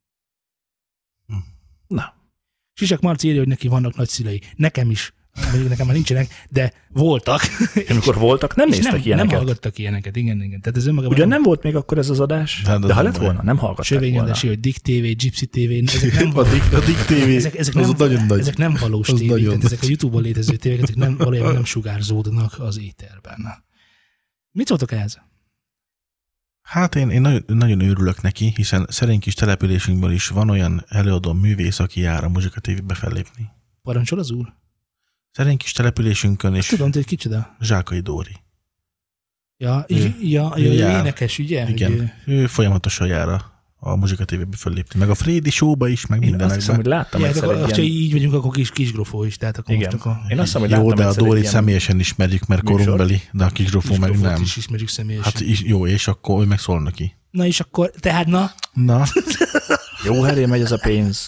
Na.
Sisak Marci írja, hogy neki vannak nagyszülei. Nekem is. Mondjuk nekem már nincsenek, de voltak.
Amikor voltak, nem néztek ilyeneket.
Nem hallgattak ilyeneket, igen. Tehát ez önmagában
ugyan nem volt még akkor ez az adás, de ha lett volna, nem hallgatták volna.
Sövényendesi, hogy Dick TV, Gypsy TV, ezek nem
a Dick TV,
ezek nem valós tévék, tehát ezek a YouTube-on létező tévék, ezek nem, valójában nem sugárzódnak az éterben. Mit szóltok ehhez?
Hát én nagyon örülök neki, hiszen szerény kis településünkből is van olyan előadó művész, aki jár a Muzsika TV-be fellépni.
Parancsol az úr?
Szerény kis településünkön is.
Tudom, hogy kicsoda?
Zsákai Dóri.
Ja, énekes, ugye?
Igen, ő folyamatosan jár a Muzsika TV-be fellépni. Meg a Frédi Show-ba is, meg mindenekben.
Azt hiszem, hogy láttam egyszer egy
ilyen... Ha így vagyunk, akkor kisgrofó is. Tehát akkor
igen. Én azt hiszem, hogy
jó,
láttam
de a Dórit
ilyen...
személyesen ismerjük, mert korunkbeli, de a kisgrofó meg nem.
is ismerjük személyesen.
Hát jó, és akkor ő meg szól neki.
Na és akkor, tehát
Na.
Jó helyre megy ez a pénz.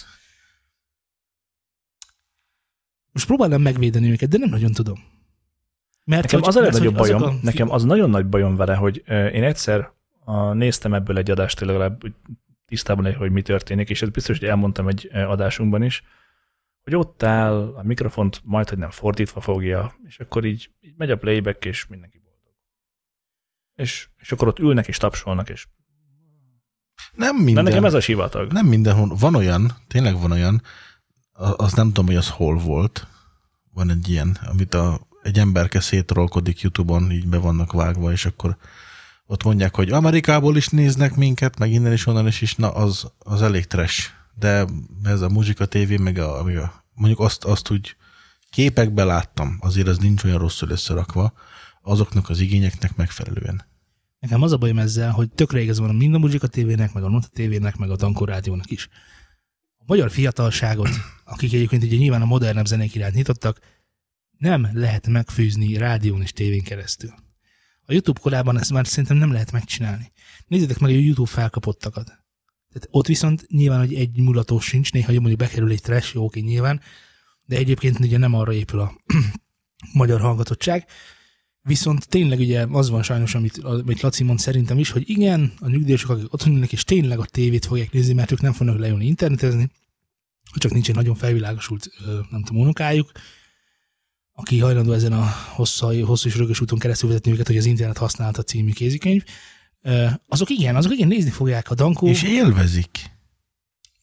Most próbálom megvédeni őket, de nem nagyon tudom. Mert
nekem az a legnagyobb bajom, nekem az nagyon nagy bajom vele, hogy én egyszer néztem ebből egy adást, legalább tisztában legyen, hogy mi történik, és ez biztos, hogy elmondtam egy adásunkban is, hogy ott áll, a mikrofont majd, hogy nem fordítva fogja, és akkor így megy a playback, és mindenki boldog. És akkor ott ülnek és tapsolnak, és
nem minden.
De nekem ez a sivatag.
Nem mindenhol. Van olyan, tényleg van olyan, azt nem tudom, hogy az hol volt. Van egy ilyen, amit egy emberke szétrolkodik YouTube-on, így be vannak vágva, és akkor ott mondják, hogy Amerikából is néznek minket, meg innen is, onnan is, na az elég trash. De ez a Muzsika TV, meg mondjuk azt úgy képekben láttam, azért ez nincs olyan rosszul összerakva, azoknak az igényeknek megfelelően.
Nekem az a bajom ezzel, hogy tökre igaz van mind a Muzsika TV-nek, meg a Nota TV-nek, meg a Dankó Rádiónak is. A magyar fiatalságot, akik egyébként ugye nyilván a modernebb zenék iránt nyitottak, nem lehet megfűzni rádión és tévén keresztül. A YouTube korában ezt már szerintem nem lehet megcsinálni. Nézzétek meg a YouTube felkapottakat. Tehát ott viszont nyilván, hogy egy mulatós sincs, néha mondjuk bekerül egy trash, jó, oké, nyilván, de egyébként ugye nem arra épül a magyar hallgatottság. Viszont tényleg ugye az van sajnos, amit Laci mond szerintem is, hogy igen, a nyugdíjasok, akik otthon ülnek, és tényleg a tévét fogják nézni, mert ők nem fognak lejönni internetezni, csak nincs egy nagyon felvilágosult, nem tudom, unokájuk, aki hajlandó ezen a hosszú és rögös úton keresztül vezetni őket, hogy az internet használata című kézikönyv. Azok igen, nézni fogják a Dankó.
És élvezik.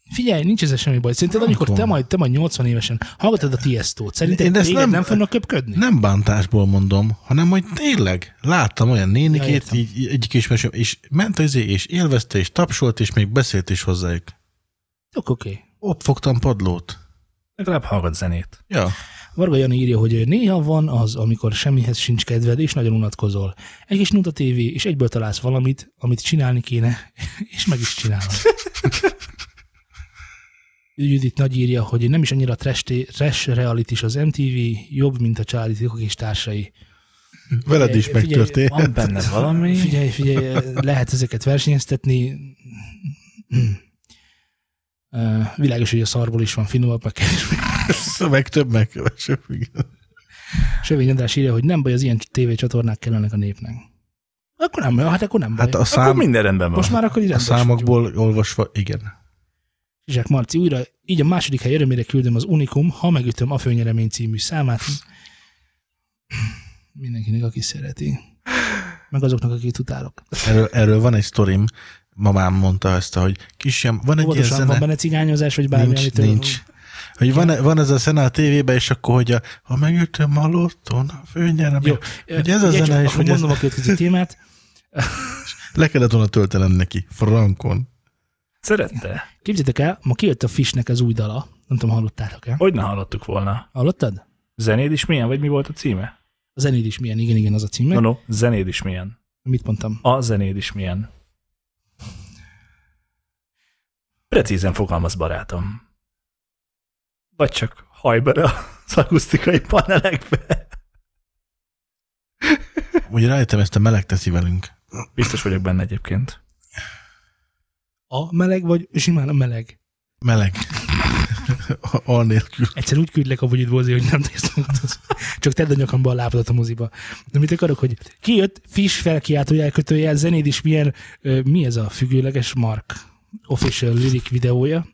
Figyelj, nincs ezzel semmi baj. Szerinted amikor te majd 80 évesen hallgatod a Tiestót, szerinted téged nem fognak köpködni?
Nem bántásból mondom, hanem hogy tényleg láttam olyan nénikét, így egyik ismerősöm, és ment és élvezte, és tapsolt, és még beszélt is hozzájuk.
Oké.
Ott fogtam padlót.
Legalább hallgat zenét.
Ja.
Varga Jani írja, hogy néha van az, amikor semmihez sincs kedved, és nagyon unatkozol. Egy kis Nuta TV, és egyből találsz valamit, amit csinálni kéne, és meg is csinálod. Judit Nagy írja, hogy nem is annyira trash reality az MTV, jobb, mint a Családi Titkok és társai.
Veled is megtörtént.
Van benne valami.
Figyelj, lehet ezeket versenyeztetni. Világos, hogy a szarból is van finomabb,
meg több, meg kevesebb.
Sövény András írja, hogy nem baj, az ilyen tévécsatornák kellenek a népnek. Akkor nem baj.
Hát
akkor minden rendben van.
Most már akkor
a számokból olvasva, igen.
Zsák Marci újra, így a második hely örömére küldöm az Unikum, ha megütöm a Főnyeremény című számát. Mindenkinek, aki szereti. Meg azoknak, akik utálok.
Erről van egy sztorim. Mamám mondta ezt, hogy kisem, van egy ilyen zene.
Van benne cigányozás, vagy bármi?
Nincs. Hogy van ez a zene a tévében, és akkor, hogy ha megütöm a lotton, a Főnyeremény. Hogy ez a zene is.
Akkor mondom a következő témát.
Le kellett volna töltenem neki, frankon.
Szerette?
Képzeljétek el, ma kijött a Fishnek az új dala. Nem tudom, hallottátok-e?
Hogyne hallottuk volna.
Hallottad?
Zenéd is milyen, vagy mi volt a címe?
A zenéd is milyen, igen, az a címe.
No, zenéd is milyen.
Mit mondtam?
A zenéd is milyen. Precízen fogalmaz, barátom. Vagy csak hajj bele az akusztikai panelekbe.
Ugye rájöttem, ezt a meleg teszi velünk.
Biztos vagyok benne egyébként.
A meleg, vagy simán a meleg?
Meleg. A nélkül.
Egyszer úgy küldlek a bugyit, Bózi, hogy nem tészt magadhoz. Csak tedd a nyakamba a lábadat a moziba. De mit akarok, hogy kijött Fish felkiáltójel kötőjel, zenéd is milyen, mi ez a függőleges Mark official lyric videója.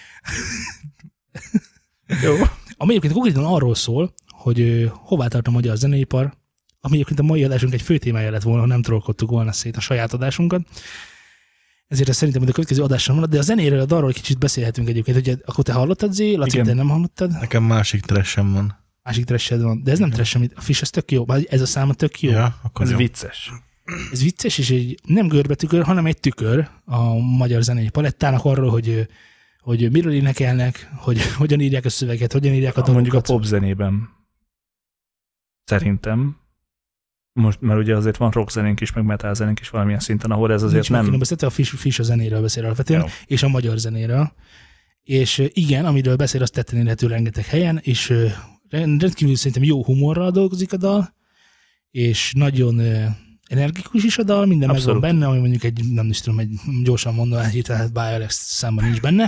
Jó.
Ami egyébként konkrétan arról szól, hogy hová tart a magyar zeneipar, ami egyébként a mai adásunk egy fő témája lett volna, ha nem trollkodtuk volna szét a saját adásunkat. Ezért szerintem a következő adásra van, de a zenéről, a dalról kicsit beszélhetünk egyébként. Ugye, akkor te hallottad, Zé? Laci, te nem hallottad?
Nekem másik trashem van.
Másik trashed van. De ez nem trash, amit a Fish, ez tök jó. Ez a száma tök jó.
Ja, akkor
ez
jó.
Vicces.
Ez vicces, és egy nem görbetükör, hanem egy tükör a magyar zenei palettának arról, hogy miről énekelnek, hogy hogyan írják a szöveget, hogyan írják a dalokat.
Mondjuk a popzenében. Szerintem. Most, mert ugye azért van rockzenénk is, meg metal zenénk is valamilyen szinten, ahol ez azért nem...
Különböztetve, a Fish a zenéről beszél alapvetően, jó. És a magyar zenéről. És igen, amiről beszél, azt tetten érhető rengeteg helyen, és rendkívül szerintem jó humorral dolgozik a dal, és nagyon energikus is a dal, minden megvan benne, ami mondjuk egy, nem is tudom, egy gyorsan mondom, hirtelen By Alex számban nincs benne.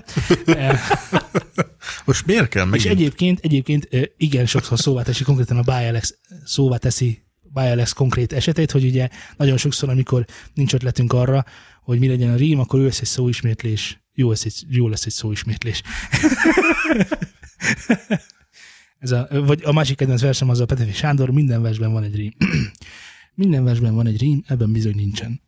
Most miért kell megint?
És egyébként igen sokszor szóvá teszi konkrétan a By Alex szóvá teszi By Alex konkrét esetét, hogy ugye nagyon sokszor, amikor nincs ötletünk arra, hogy mi legyen a rím, akkor ő lesz egy szóismétlés. Jó lesz egy szóismétlés. Vagy a másik kedvenc versem az a Petőfi Sándor, minden versben van egy rím. Minden versben van egy rím, ebben bizony nincsen.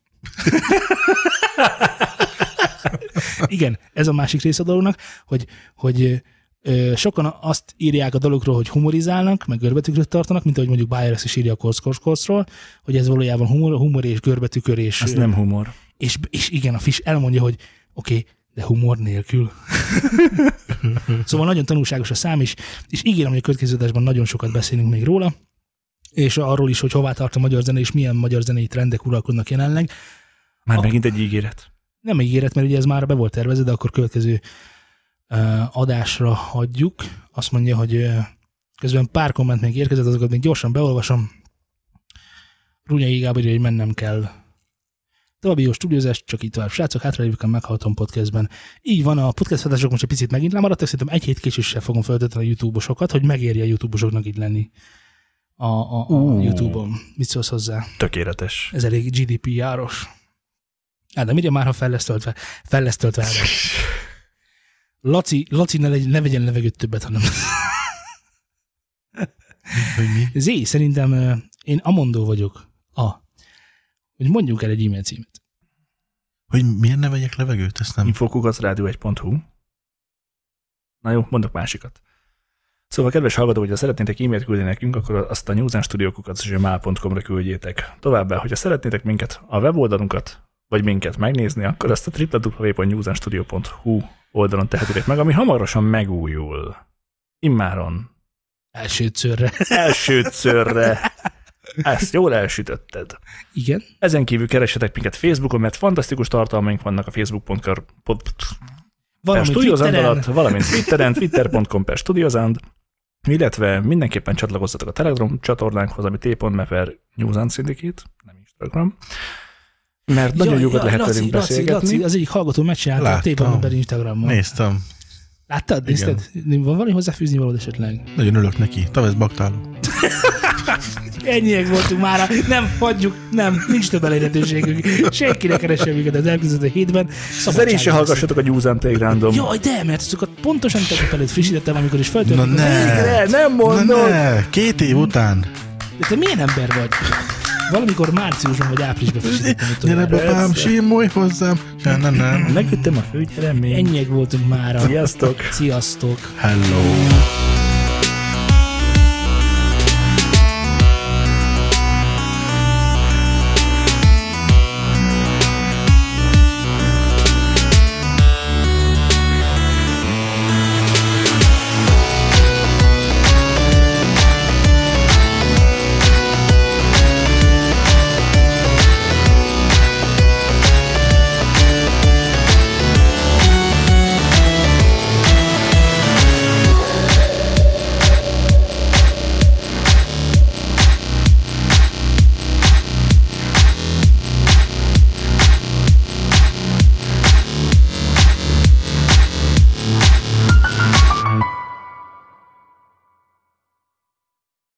Igen, ez a másik rész a dolognak, hogy sokan azt írják a dologról, hogy humorizálnak, meg görbetükröt tartanak, mint ahogy mondjuk Bayer is írja a korcról, hogy ez valójában humor és görbetükör. És,
ez nem humor.
És igen, a Fish elmondja, hogy oké, de humor nélkül. Szóval nagyon tanulságos a szám is, és ígérem, hogy a következő adásban nagyon sokat beszélünk még róla, és arról is, hogy hová tart a magyar zene, és milyen magyar zenei trendek uralkodnak jelenleg.
Már megint egy ígéret.
Nem ígéret, mert ugye ez már be volt tervezve, de akkor következő adásra hagyjuk. Azt mondja, hogy közben pár komment még érkezett, azokat még gyorsan beolvasom. Runyai Gábor, hogy mennem kell. További jó stúdiózást, csak így tovább. Srácok, hátralévők a Meghallgatom podcastben. Így van, a podcast adások most egy picit megint lemaradtak, szerintem egy hét késéssel fogom feltölteni a YouTube-osokat, hogy megérje a YouTube-osoknak itt lenni a YouTube-on. Mit szólsz hozzá?
Tökéletes.
Ez elég GDPR-os. De mire már, ha fel lesz töltve. Laci ne vegyen levegőt többet, hanem... Zé, szerintem én Amondó vagyok. Hogy mondjuk el egy e-mail címet.
Hogy miért ne vegyek levegőt? Ezt nem...
infokukacradio1.hu Na jó, mondok másikat. Szóval, kedves hallgatók, hogyha szeretnétek e-mailt küldeni nekünk, akkor azt a newsandstudio@gmail.com-ra küldjétek. Továbbá, hogyha szeretnétek minket, a weboldalunkat, vagy minket megnézni, akkor azt a www.newsandstudio.hu oldalon tehetitek meg, ami hamarosan megújul. Immáron. Elsőtszörre. Ezt jól elsütötted.
Igen.
Ezen kívül keressetek minket Facebookon, mert fantasztikus tartalmaink vannak a facebook.com valamint Twitteren, twitter.com/studiozand, illetve mindenképpen csatlakozzatok a Telegram csatornánkhoz, ami t.me/Newsand Syndicate, nem Instagram, mert nagyon jókat lehet velünk beszélgetni.
Laci, az egyik hallgató megcsinálta a t.me Instagramon.
Néztem.
Láttad? Nézted? Van valami hozzáfűzni valód esetleg?
Nagyon örülök neki. Tavesz baktáló.
Ennyiek voltunk mára. Nem, hagyjuk, nem, nincs több elérhetőségünk. Senki ne keressen minket az elkövetkező hétben.
Szerint se hallgassatok a Newsand Playgroundon.
Jaj, de, mert azokat pontosan tegnap előtt frissítettem, amikor is feltöltöttem.
Nem mondod.
2 év után.
De te milyen ember vagy? Valamikor márciusban vagy áprilisban frissítettem.
Gyere, babám, simulj hozzám.
Megütöm a főgyerem még.
Ennyiek voltunk mára.
Sziasztok.
Sziasztok.
Hello.